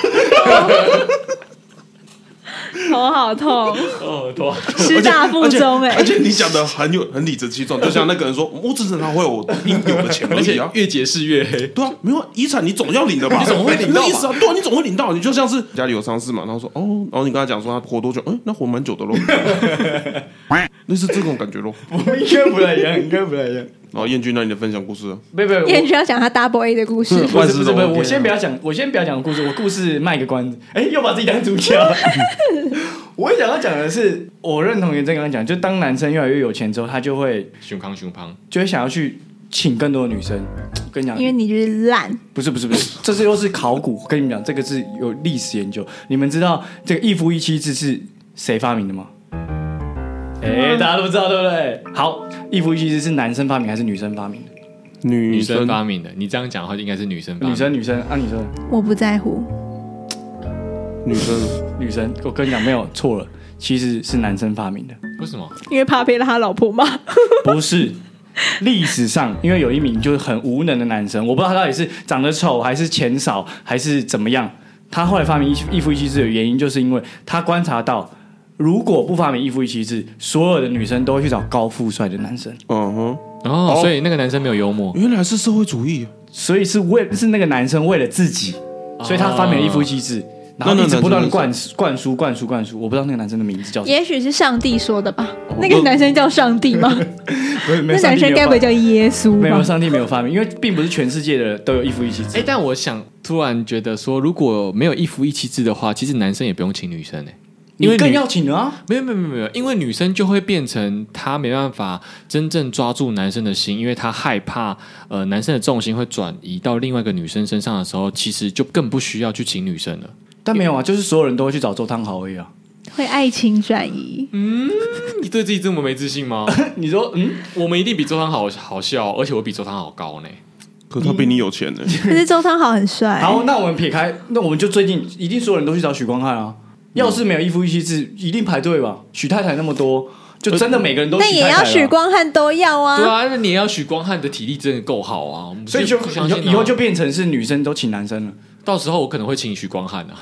头好痛， 头师大附中而且你讲的很理直气壮，就像那个人说，我只是他会有应有的钱而已啊， 越解释越黑。 对啊，没有遗产你总要领的吧？ 你总会领到吧？ 意思啊，对啊，你总会领到。你就像是家里有丧事嘛，然后说然后你跟他讲说他活多久，那活蛮久的咯，类似这种感觉咯。 我们应该不太一样， 然后彦君，那你的分享故事啊？ 不， 彦君要讲他 Double A 的故事。 不是，我先不要讲故事，我故事卖个关子。又把自己当主角。我想要讲的是，我认同元正刚刚讲，就当男生越来越有钱之后，他就会胸康， 就会想要去请更多的女生。我跟你讲， 因为你就是烂。 不是，这又是考古。我跟你们讲，这个是有历史研究。你们知道这个一夫一妻制是谁发明的吗？大家都不知道，对不对？好，一夫一妻制是男生发明还是女生发明的？ 女生发明的。你这样讲的话，应该是女生发明的。 女生啊，女生。 我不在乎。 女生， 我跟你讲，没有错了，其实是男生发明的。 为什么？ 因为怕被他老婆骂。 不是，历史上因为有一名就是很无能的男生，我不知道他到底是长得丑还是钱少还是怎么样。他后来发明一夫一妻制的原因，就是因为他观察到，如果不发明一夫一妻制，所有的女生都会去找高富帅的男生。 所以那个男生没有幽默， 原来是社会主义， 所以是那个男生为了自己，所以他发明了一夫一妻制。然后一直不断的灌输，我不知道那个男生的名字叫什么， 也许是上帝说的吧。那个男生叫上帝吗？那男生该不会叫耶稣吧？ 没有，上帝没有发明，因为并不是全世界的人都有一夫一妻制。 但我想突然觉得说，如果没有一夫一妻制的话，其实男生也不用请女生因为更要请啊。 没有，因为女生就会变成她没办法真正抓住男生的心，因为她害怕男生的重心会转移到另外一个女生身上的时候，其实就更不需要去请女生了。 但没有啊，就是所有人都会去找周汤豪而已啊。 会爱情转移。 你对自己这么没自信吗？ 你说我们一定比周汤豪好笑，而且我比周汤豪高呢。 可是他比你有钱呢。 可是周汤豪很帅。 好，那我们撇开，那我们就最近一定所有人都去找许光汉啊。要是没有一夫一妻制，一定排队吧？许太太那么多，就真的每个人都许太太。 但也要许光汉都要啊。 对啊，那你也要许光汉的体力真的够好啊。 所以就以后就变成是女生都请男生了。 到时候我可能会请许光汉啊。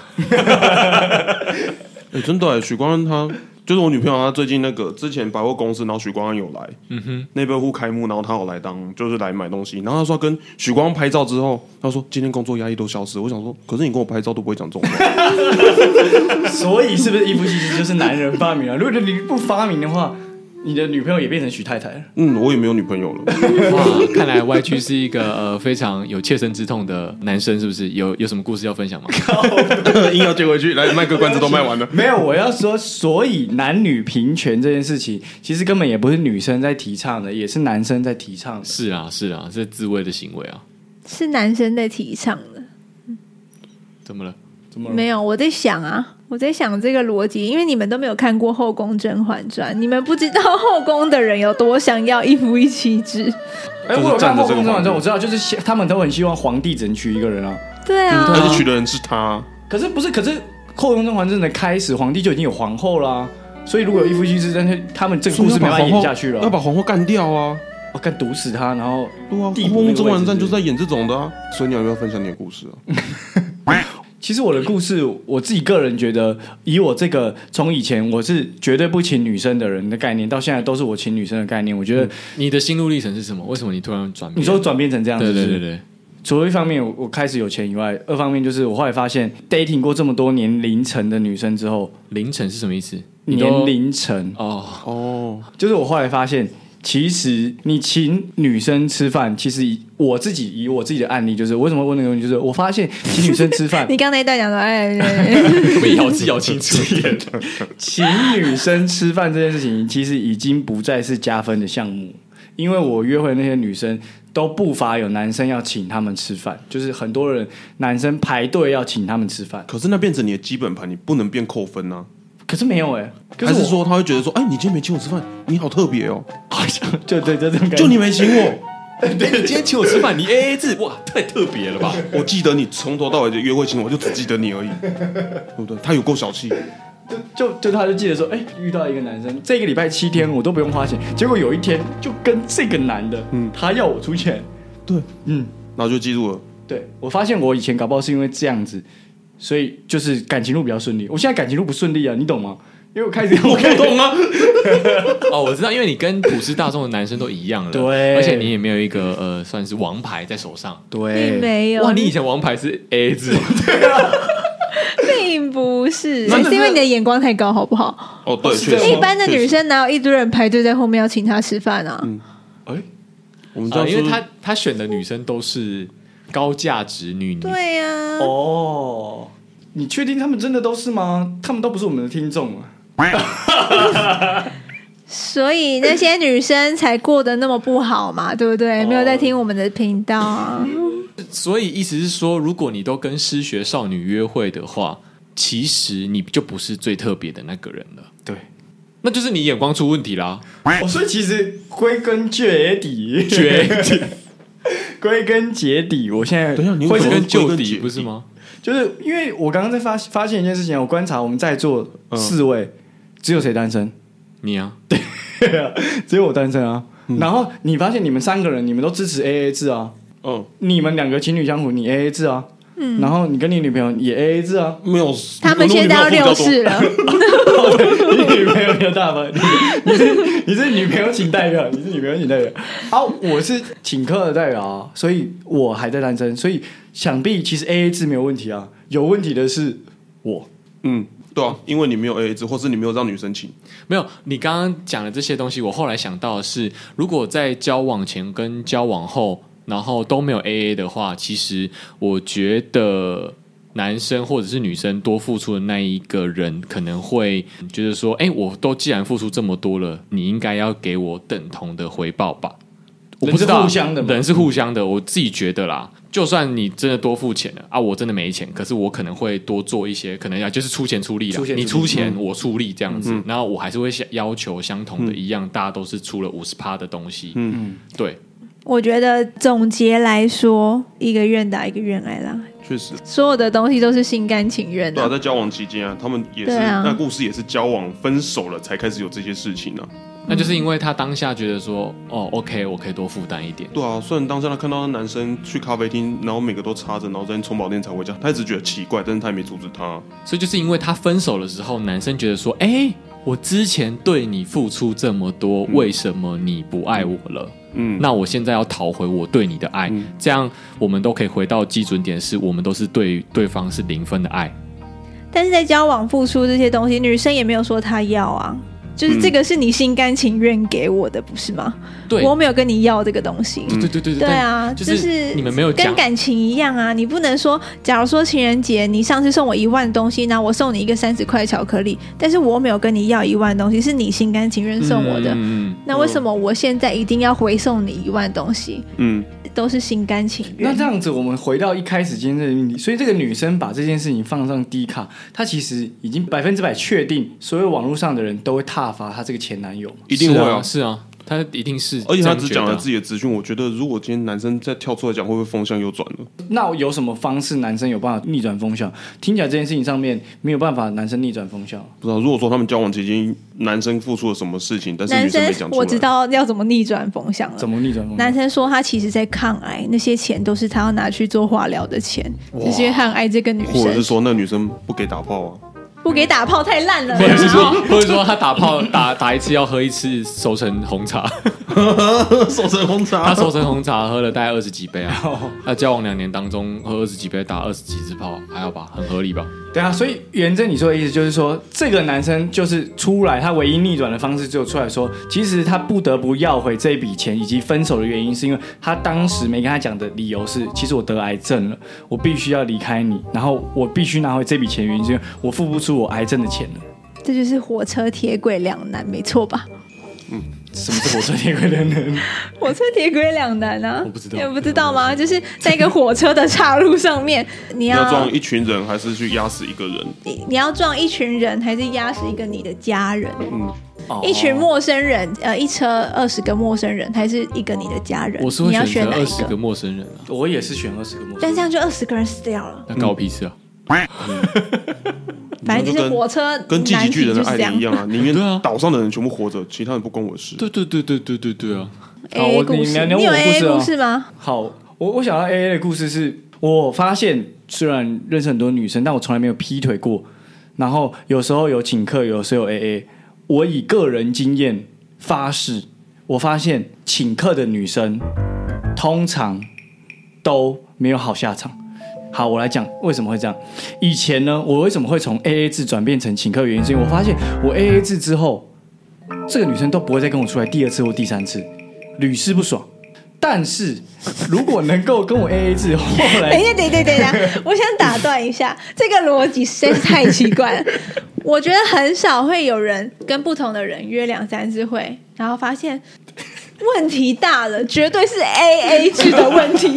真的许光汉他就是我女朋友，她最近那个之前百货公司，然后许光汉有来，内部户开幕，然后他有来就是来买东西，然后他说跟许光汉拍照之后，他说今天工作压力都消失。我想说，可是你跟我拍照都不会讲这种话。 所以是不是一夫一妻就是男人发明啊？如果你不发明的话，你的女朋友也变成许太太了。 我也没有女朋友了。 哇，看来 YG 是一个非常有切身之痛的男生，是不是？有什么故事要分享吗？ 硬要接回去，来卖个关子都卖完了。 没有，我要说，所以男女平权这件事情，其实根本也不是女生在提倡的，也是男生在提倡的。 是啊，这自卫的行为啊， 是男生在提倡的。 怎么了？ 没有，我在想这个逻辑，因为你们都没有看过《后宫甄嬛传》，你们不知道后宫的人有多想要一夫一妻制。 我有看《后宫甄嬛传》，我知道，就是他们都很希望皇帝只能娶一个人啊。 对啊， 而且娶的人是他。 可是《后宫甄嬛传》的开始，皇帝就已经有皇后啦，所以如果有一夫一妻制，但是他们这个故事没办法演下去了， 要把皇后干掉啊！ 干毒死他，然后对啊，《后宫甄嬛传》就是在演这种的啊。所以你要不要分享你的故事啊？ 其实我的故事，我自己个人觉得，以我这个从以前我是绝对不请女生的人的概念，到现在都是我请女生的概念。我觉得你的心路历程是什么？为什么你突然转变？ 你说转变成这样子？ 对。 除了一方面我开始有钱以外，二方面就是我后来发现 dating 过这么多年龄层的女生之后， 凌晨是什么意思？ 年龄层就是我后来发现，其实你请女生吃饭，其实以我自己的案例，就是我为什么问那个问题，就是我发现请女生吃饭， 你刚那一段讲的， 可不可以咬清楚一点？ 请女生吃饭这件事情，其实已经不再是加分的项目，因为我约会的那些女生都不乏有男生要请他们吃饭，就是很多人男生排队要请他们吃饭， 可是那变成你的基本盘，你不能变扣分啊。 可是没有还是说他会觉得说，哎，你今天没请我吃饭，你好特别哦， 好像就对这种感觉， 就你没请我， 对，你今天请我吃饭，你 AA 制，哇，太特别了吧？ 我记得你从头到尾的约会请我，就只记得你而已，对不对？他有够小气。 他就记得说，哎，遇到一个男生，这个礼拜7天我都不用花钱，结果有一天就跟这个男的，他要我出钱， 对，然后就记住了。 对，我发现我以前搞不好是因为这样子，所以就是感情路比较顺利。我现在感情路不顺利啊，你懂吗？因为我开始我不懂啊。 我知道，因为你跟普世大众的男生都一样了， 对， 而且你也没有一个算是王牌在手上， 对， 没有。 哇，你以前王牌是 AA 制， 对啊。并不是，是因为你的眼光太高，好不好？ 哦，对，确实。 一般的女生哪有一堆人排队在后面要请她吃饭啊？ 我们因为他选的女生都是高价值女。 对呀。 你确定他们真的都是吗？他们都不是我们的听众啊。 所以那些女生才过得那么不好嘛，对不对？没有在听我们的频道啊。 所以意思是说，如果你都跟失学少女约会的话，其实你就不是最特别的那个人了。 对， 那就是你眼光出问题啦。 所以其实归根结底，归根结底，我现在归根究底不是吗？ 就是因为我刚刚在发现一件事情，我观察我们在座4位，只有谁单身？ 你啊， 对啊，只有我单身啊。然后你发现你们3个人，你们都支持 AA 制啊。你们2个情侣相处，你 AA 制啊。然后你跟你女朋友也 AA 制啊。 没有， 他们现在要6世了。 你女朋友比较大吗？你是女朋友请代表，你是女朋友请代表。我是请客的代表啊，所以我还在单身，所以想必其实 AA 制没有问题啊，有问题的是我。 对啊，因为你没有 AA 制，或是你没有让女生请。 没有，你刚刚讲的这些东西，我后来想到的是，如果在交往前跟交往后，然后都没有 AA 的话，其实我觉得男生或者是女生多付出的那一个人，可能会觉得说，我都既然付出这么多了，你应该要给我等同的回报吧。我不知道， 人是互相的嘛， 人是互相的，我自己觉得啦。就算你真的多付钱了啊，我真的没钱，可是我可能会多做一些，可能就是出钱出力啦，你出钱我出力这样子，然后我还是会要求相同的一样，大家都是出了50%的东西。对。 我觉得总结来说，一个愿打一个愿挨啦。 确实， 所有的东西都是心甘情愿的。 对啊，在交往期间啊，他们也是，那故事也是交往分手了才开始有这些事情啊。 那就是因为他当下觉得说，OK， 我可以多负担一点。 对啊，虽然当下他看到那男生去咖啡厅，然后每个都插着，然后在充饱电才回家，他一直觉得奇怪，但是他也没阻止他。 所以就是因为他分手的时候，男生觉得说，我之前对你付出这么多，为什么你不爱我了？那我现在要讨回我对你的爱，这样我们都可以回到基准点，是我们都是对对方是0分的爱。 但是在交往付出这些东西，女生也没有说她要啊。就是这个是你心甘情愿给我的，不是吗？ 对， 我没有跟你要这个东西。 对啊， 就是你们没有讲， 跟感情一样啊。你不能说，假如说情人节你上次送我1万东西，那我送你一个30块巧克力，但是我没有跟你要1万东西，是你心甘情愿送我的。那为什么我现在一定要回送你1万东西？都是心甘情愿。 那这样子，我们回到一开始今天的命题，所以这个女生把这件事情放上 D 卡，她其实已经100%确定，所有网络上的人都会挞伐她这个前男友， 一定会啊， 是啊，她一定是， 而且她只讲了自己的资讯。我觉得，如果今天男生再跳出来讲，会不会风向又转了？ 那有什么方式男生有办法逆转风向？听起来这件事情上面没有办法，男生逆转风向。 不知道，如果说他们交往期间男生付出了什么事情，但是女生没讲出来， 我知道要怎么逆转风向了。 怎么逆转风向？ 男生说他其实在抗癌，那些钱都是他要拿去做化疗的钱，只是因为他很爱这个女生， 或者是说那个女生不给打炮啊。 不给打炮太烂了。 或者说他打炮打一次要喝一次熟成红茶， 熟成红茶， 他熟成红茶喝了大概20几杯啊，那交往2年当中喝20几杯打20几次炮，还好吧，很合理吧？ 对啊，所以元真你说的意思就是说，这个男生就是出来，他唯一逆转的方式只有出来说，其实他不得不要回这笔钱，以及分手的原因是因为他当时没跟他讲的理由是，其实我得癌症了，我必须要离开你，然后我必须拿回这笔钱，原因是因为我付不出我癌症的钱了。 这就是火车铁轨两难，没错吧？ 什么是火车铁轨两难？ 火车铁轨两难啊！ 我不知道， 你不知道吗？就是在一个火车的岔路上面，你要撞一群人，还是去压死一个人？ 你要撞一群人，还是压死一个你的家人？一群陌生人，一车20个陌生人，还是一个你的家人？ 我是会选择20个陌生人啊， 我也是选20个陌生人， 但这样就20个人死掉了。 那关我屁事啊！ 反正就是火车跟积极巨人的爱情一样啊，宁愿岛上的人全部活着，其他人不关我的事。 对啊。 AA 故事，你有 AA 故事吗？ 好，我想到 AA 的故事是，我发现虽然认识很多女生，但我从来没有劈腿过。然后有时候有请客，有时候有 AA。我以个人经验发誓，我发现请客的女生通常都没有好下场。好，我来讲为什么会这样。以前呢，我为什么会从 AA 制转变成请客的原因，是因为我发现我 AA 制之后，这个女生都不会再跟我出来第2次或第3次，屡试不爽。但是如果能够跟我 AA 制，后来等一下，我想打断一下，这个逻辑实在是太奇怪了。我觉得很少会有人跟不同的人约2、3次会，然后发现问题大了，绝对是 AA 制的问题。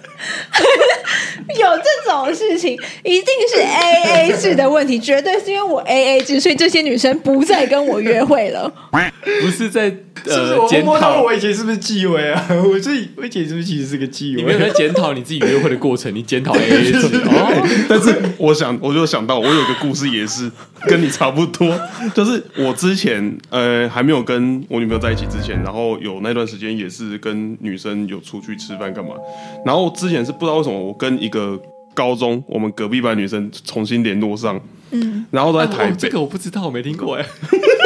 有这种事情，一定是 AA 制的问题，绝对是因为我 AA 制，所以这些女生不再跟我约会了。 不是在是不是我摸到我以前是不是纪委啊？我以前是不是其实是个纪委？ 你没有在检讨你自己约会的过程，你检讨 AA 制但是我就想到，我有一个故事也是跟你差不多，就是我之前还没有跟我女朋友在一起之前，然后有那段时间也是跟女生有出去吃饭干嘛，然后之前是不知道为什么我跟一个高中我们隔壁班女生重新联络上，然后都在台北。 这个我不知道，我没听过哎。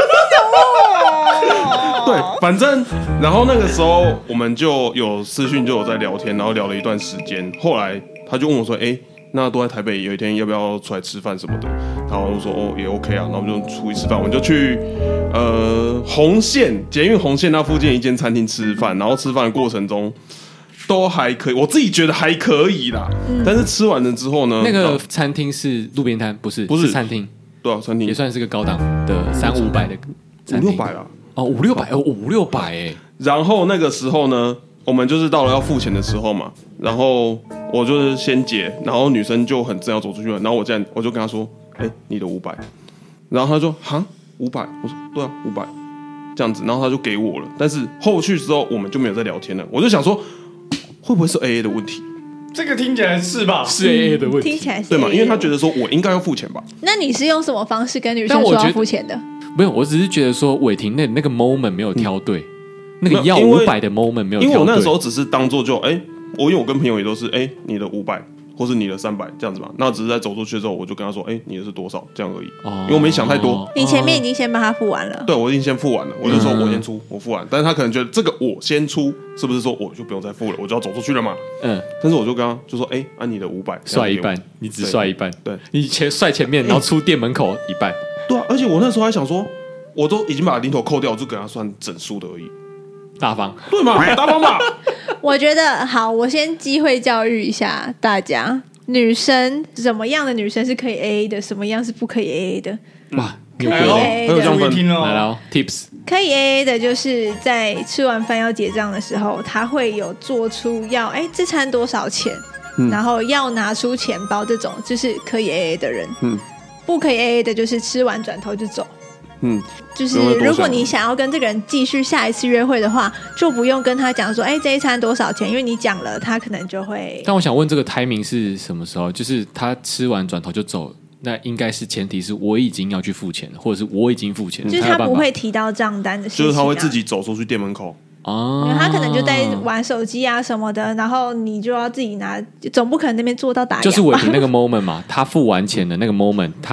对，反正然后那个时候我们就有私讯，就有在聊天，然后聊了一段时间。后来他就问我说：“那都在台北，有一天要不要出来吃饭什么的？”然后我就说：“也 OK 啊。”然后我们就出去吃饭，我们就去红线捷运红线那附近一间餐厅吃饭。然后吃饭的过程中都还可以，我自己觉得还可以啦。但是吃完了之后呢， 那个餐厅是路边摊，不是餐厅。 对啊，餐厅也算是个高档的300-500的餐厅 ，500-600啦。 哦，500-600哎。 然后那个时候呢，我们就是到了要付钱的时候嘛，然后我就是先结，然后女生就很正要走出去了，然后我就跟她说：“你的500。”然后她说：“哈，500？”我说：“对啊，500。”这样子，然后她就给我了。但是后续之后我们就没有再聊天了。我就想说，会不会是 AA 的问题？ 这个听起来是吧？ 是 AA 的问题， 听起来是 AA 对嘛？因为他觉得说我应该要付钱吧。 那你是用什么方式跟女生说要付钱的？ 没有，我只是觉得说伟霆那个 moment 没有挑对，那个要500的 moment 没有挑对。 因为我那时候只是当做就因为我跟朋友也都是你的500或是你的300这样子嘛。那只是在走出去之后，我就跟他说你的是多少这样而已。因为我没想太多。 你前面已经先帮他付完了。 对，我已经先付完了，我就说我先出，我付完。但是他可能觉得这个我先出，是不是说我就不用再付了，我就要走出去了嘛？但是我就跟他就说你的500 帅一半，你只帅一半。 对， 你帅前面，然后出店门口一半。 对啊，而且我那时候还想说，我都已经把零头扣掉，我就给他算整数的而已。 大方， 对嘛？大方吧。 我觉得好，我先机会教育一下大家，女生什么样的女生是可以 AA 的，什么样是不可以 AA 的。 哇， 可以 AA 的， 终于听了来了 ，tips。 可以 AA 的，就是在吃完饭要结账的时候，他会有做出要这餐多少钱，然后要拿出钱包这种，就是可以 AA 的人。不可以 AA 的，就是吃完转头就走。就是如果你想要跟这个人继续下一次约会的话，就不用跟他讲说这一餐多少钱，因为你讲了他可能就会。 但我想问这个 timing 是什么时候？就是他吃完转头就走，那应该是前提是我已经要去付钱，或者是我已经付钱， 就是他不会提到账单的事情， 就是他会自己走出去店门口。 他可能就在玩手机啊什么的，然后你就要自己拿，总不可能那边做到打烊吧。 就是伟霆那个 moment 嘛，他付完钱的那个 moment，他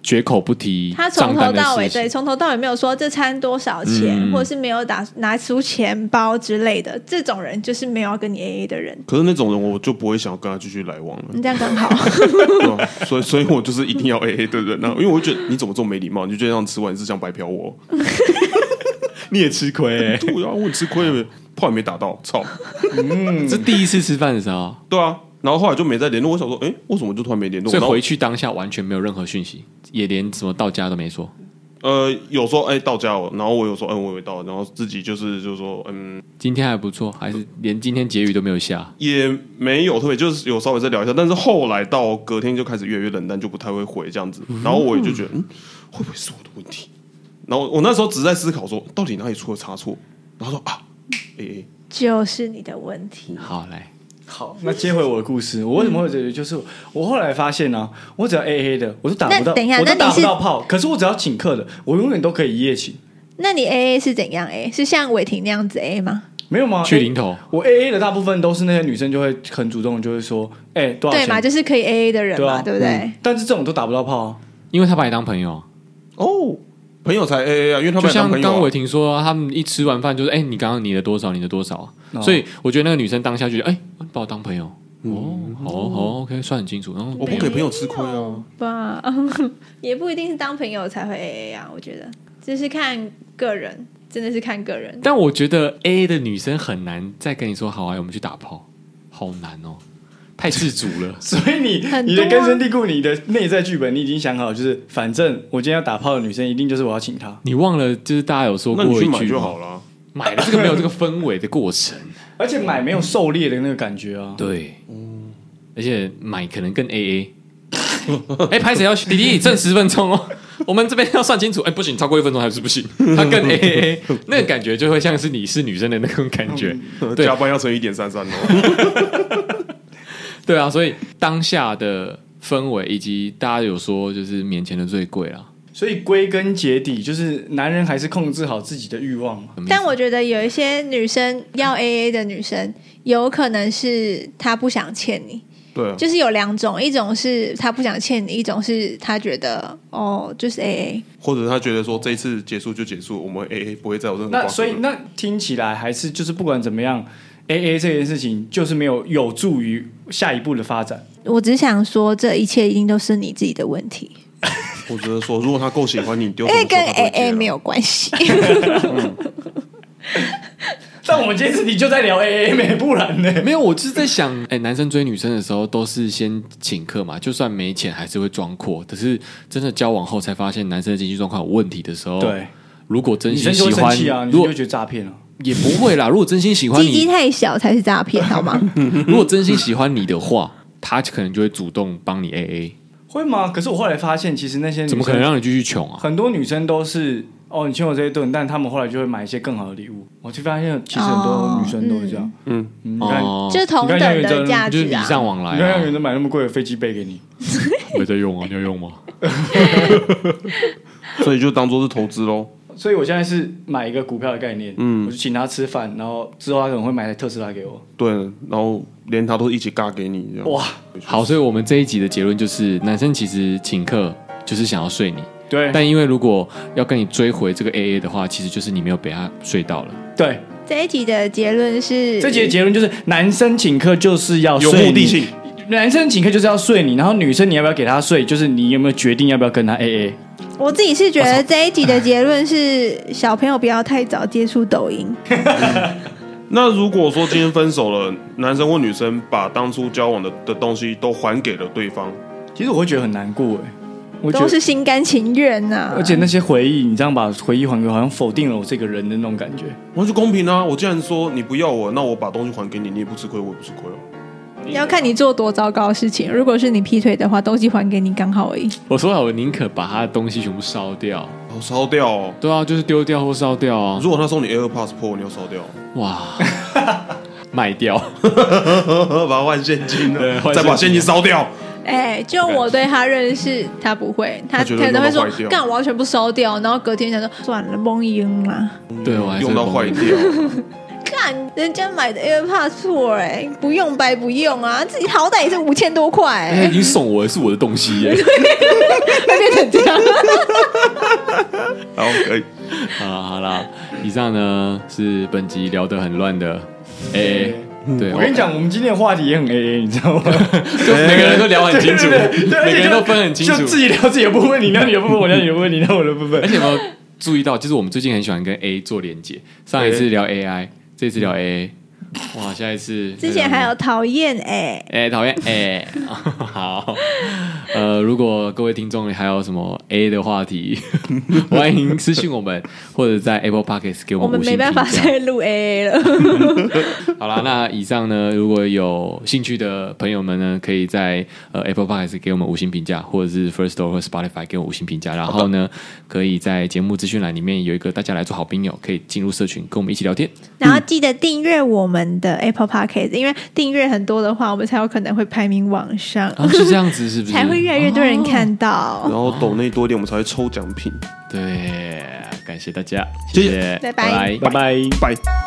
绝口不提他从账单的头到尾， 事情。 对，从头到尾没有说这餐多少钱，或者是没有拿出钱包之类的，这种人就是没有要跟你 AA 的人。 可是那种人我就不会想要跟他继续来往了。 你这样更好。 对吧？所以我就是一定要 AA 的人啊，因为我就觉得你怎么这么没礼貌，你就觉得这样吃完是想白嫖我。 你也吃亏欸对啊，我很吃亏了，炮也没打到，操！ 这第一次吃饭的时候， 对啊，然后后来就没再联络。我想说，为什么就突然没联络？然后所以回去当下完全没有任何讯息，也连什么到家都没说。 有说到家了，然后我有说我也到了，然后自己就是说今天还不错，还是连今天结语都没有下。 也没有特别，就是有稍微再聊一下，但是后来到隔天就开始越来越冷淡，就不太会回这样子。然后我也就觉得，会不会是我的问题？然后我那时候只是在思考说，到底哪里出了差错？然后说AA 就是你的问题。 好，来， 好，那接回我的故事，我为什么会觉得就是我后来发现呢、我只要 AA 的，我都打不到， 那等一下我都打那你是不到炮。可是我只要请客的，我永远都可以一夜情。 那你 AA 是怎样 AA？是像伟霆那样子 AA 吗？ 没有吗？ 去零头， 我 AA 的大部分都是那些女生就会很主动，就会说，多少钱？ 对嘛，就是可以 AA 的人嘛， 对啊， 对不对？ 但是这种都打不到炮啊。 因为他把你当朋友， 朋友才 AA 啊，因为他就们当朋友、 像刚伟霆说、他们一吃完饭就是你刚刚你的多少，你的多少啊？所以我觉得那个女生当下就觉得把我当朋友，好 OK， 算很清楚。然后我不给朋友吃亏啊。 吧，也不一定是当朋友才会 AA 啊，我觉得这是看个人，真的是看个人。 但我觉得 AA 的女生很难再跟你说好啊，我们去打炮，好难哦，太自主了。 所以你很多啊你的根深蒂固，你的内在剧本，你已经想好，就是反正我今天要打炮的女生，一定就是我要请她。 你忘了，就是大家有说过那你去买一句就好了。 买了这个没有这个氛围的过程， 而且买没有狩猎的那个感觉啊。 对，而且买可能更 AA。拍谁要弟弟剩10分钟哦，我们这边要算清楚。不行，超过1分钟还是不行。他更 AA， 那个感觉就会像是你是女生的那种感觉。对加班要乘1.33哦。 对啊，所以当下的氛围以及大家有说就是免钱的最贵啦。 所以归根结底，就是男人还是控制好自己的欲望。 但我觉得有一些女生要 AA 的女生，有可能是她不想欠你。 对啊， 就是有两种，一种是她不想欠你，一种是她觉得就是 AA。 或者他觉得说这一次结束就结束，我们 AA 不会再有任何瓜葛。 所以那听起来还是就是不管怎么样，AA 这件事情就是没有助于下一步的发展。 我只想说，这一切一定都是你自己的问题。 我觉得说，如果他够喜欢你，丢跟 AA 没有关系。 但我们今天自己就在聊 AA 没，不然呢？ 没有，我就是在想，男生追女生的时候都是先请客嘛，就算没钱还是会装阔。可是真的交往后才发现，男生的经济状况有问题的时候， 对， 如果真女生就心喜欢， 会生气啊，女如果生就会觉得诈骗了。 也不会啦，如果真心喜欢鸡鸡你， 太小才是诈骗，好吗？ 如果真心喜欢你的话，他可能就会主动帮你 AA。 会吗？可是我后来发现，其实那些女生怎么可能让你继续穷啊？ 很多女生都是你请我这一顿，但他们后来就会买一些更好的礼物。我就发现，其实很多女生都是这样。你看， 就是同等的价就是礼值啊。 尚往来你看啊。 有人买那么贵的飞机杯给你， 没在用啊，你要用吗？ 所以就当做是投资喽。 所以我现在是买一个股票的概念，我就请他吃饭，然后之后他可能会买台特斯拉给我。 对，然后连他都一起尬给你，这样哇， 好，所以我们这一集的结论就是，男生其实请客就是想要睡你， 对， 但因为如果要跟你追回这个 AA 的话，其实就是你没有被他睡到了。 对， 这一集的结论是， 这集的结论就是男生请客就是要有睡你目的性。 男生请客就是要睡你，然后女生你要不要给他睡，就是你有没有决定要不要跟他 AA。 我自己是觉得这一集的结论是，小朋友不要太早接触抖音。 那如果说今天分手了，男生或女生把当初交往的东西都还给了对方， 其实我会觉得很难过我觉得都是心甘情愿呐、 而且那些回忆，你这样把回忆还给我，好像否定了我这个人的那种感觉。 那就公平啊！我既然说你不要我，那我把东西还给你，你也不吃亏，我也不吃亏哦。 要看你做多糟糕的事情。如果是你劈腿的话，东西还给你刚好而已。 我说了，我宁可把他的东西全部烧掉。 哦，烧掉哦。 对啊，就是丢掉或烧掉啊。 如果他送你 AirPods Pro，你要烧掉？ 哇，卖掉， 把它换现金了，再把现金烧掉。 就我对他认识，他不会，他可能会说干，我要全部烧掉，然后隔天想说算了，蒙赢啦。 对，我还是用到坏掉。 干，人家买的 AirPods Pro 不用白不用啊，自己好歹也是5000多块你送我的是我的东西耶， 会变成这样。 好，可以。 好啦，以上呢是本集聊得很乱的 AA。对， 我跟你讲，我们今天的话题也很 AA， 你知道吗？ 就每个人都聊很清楚，每个人都分很清楚， 就自己聊自己的部分，你聊你的部分，我聊你的部分，你聊我的部分。 而且有没有注意到，就是我们最近很喜欢跟 A 做连结，上一次聊 AI， 这次聊 AA。哇，下一次之前还有讨厌讨厌好，如果各位听众还有什么 A 的话题，欢迎私信我们，或者在 Apple Podcast 给我们5星评价。 我们没办法再录 AA 了。 好啦，那以上呢，如果有兴趣的朋友们呢，可以在Apple Podcast 给我们5星评价，或者是 First Story 或 Spotify 给我5星评价。然后呢，可以在节目资讯栏里面有一个大家来做好朋友，可以进入社群跟我们一起聊天。 然后记得订阅我们的 Apple Podcast， 因为订阅很多的话，我们才有可能会排名往上。 是这样子，是不是？ 才会越来越多人看到。 然后抖内多一点，我们才会抽奖品。 对，感谢大家， 谢谢， 拜拜拜拜。 拜。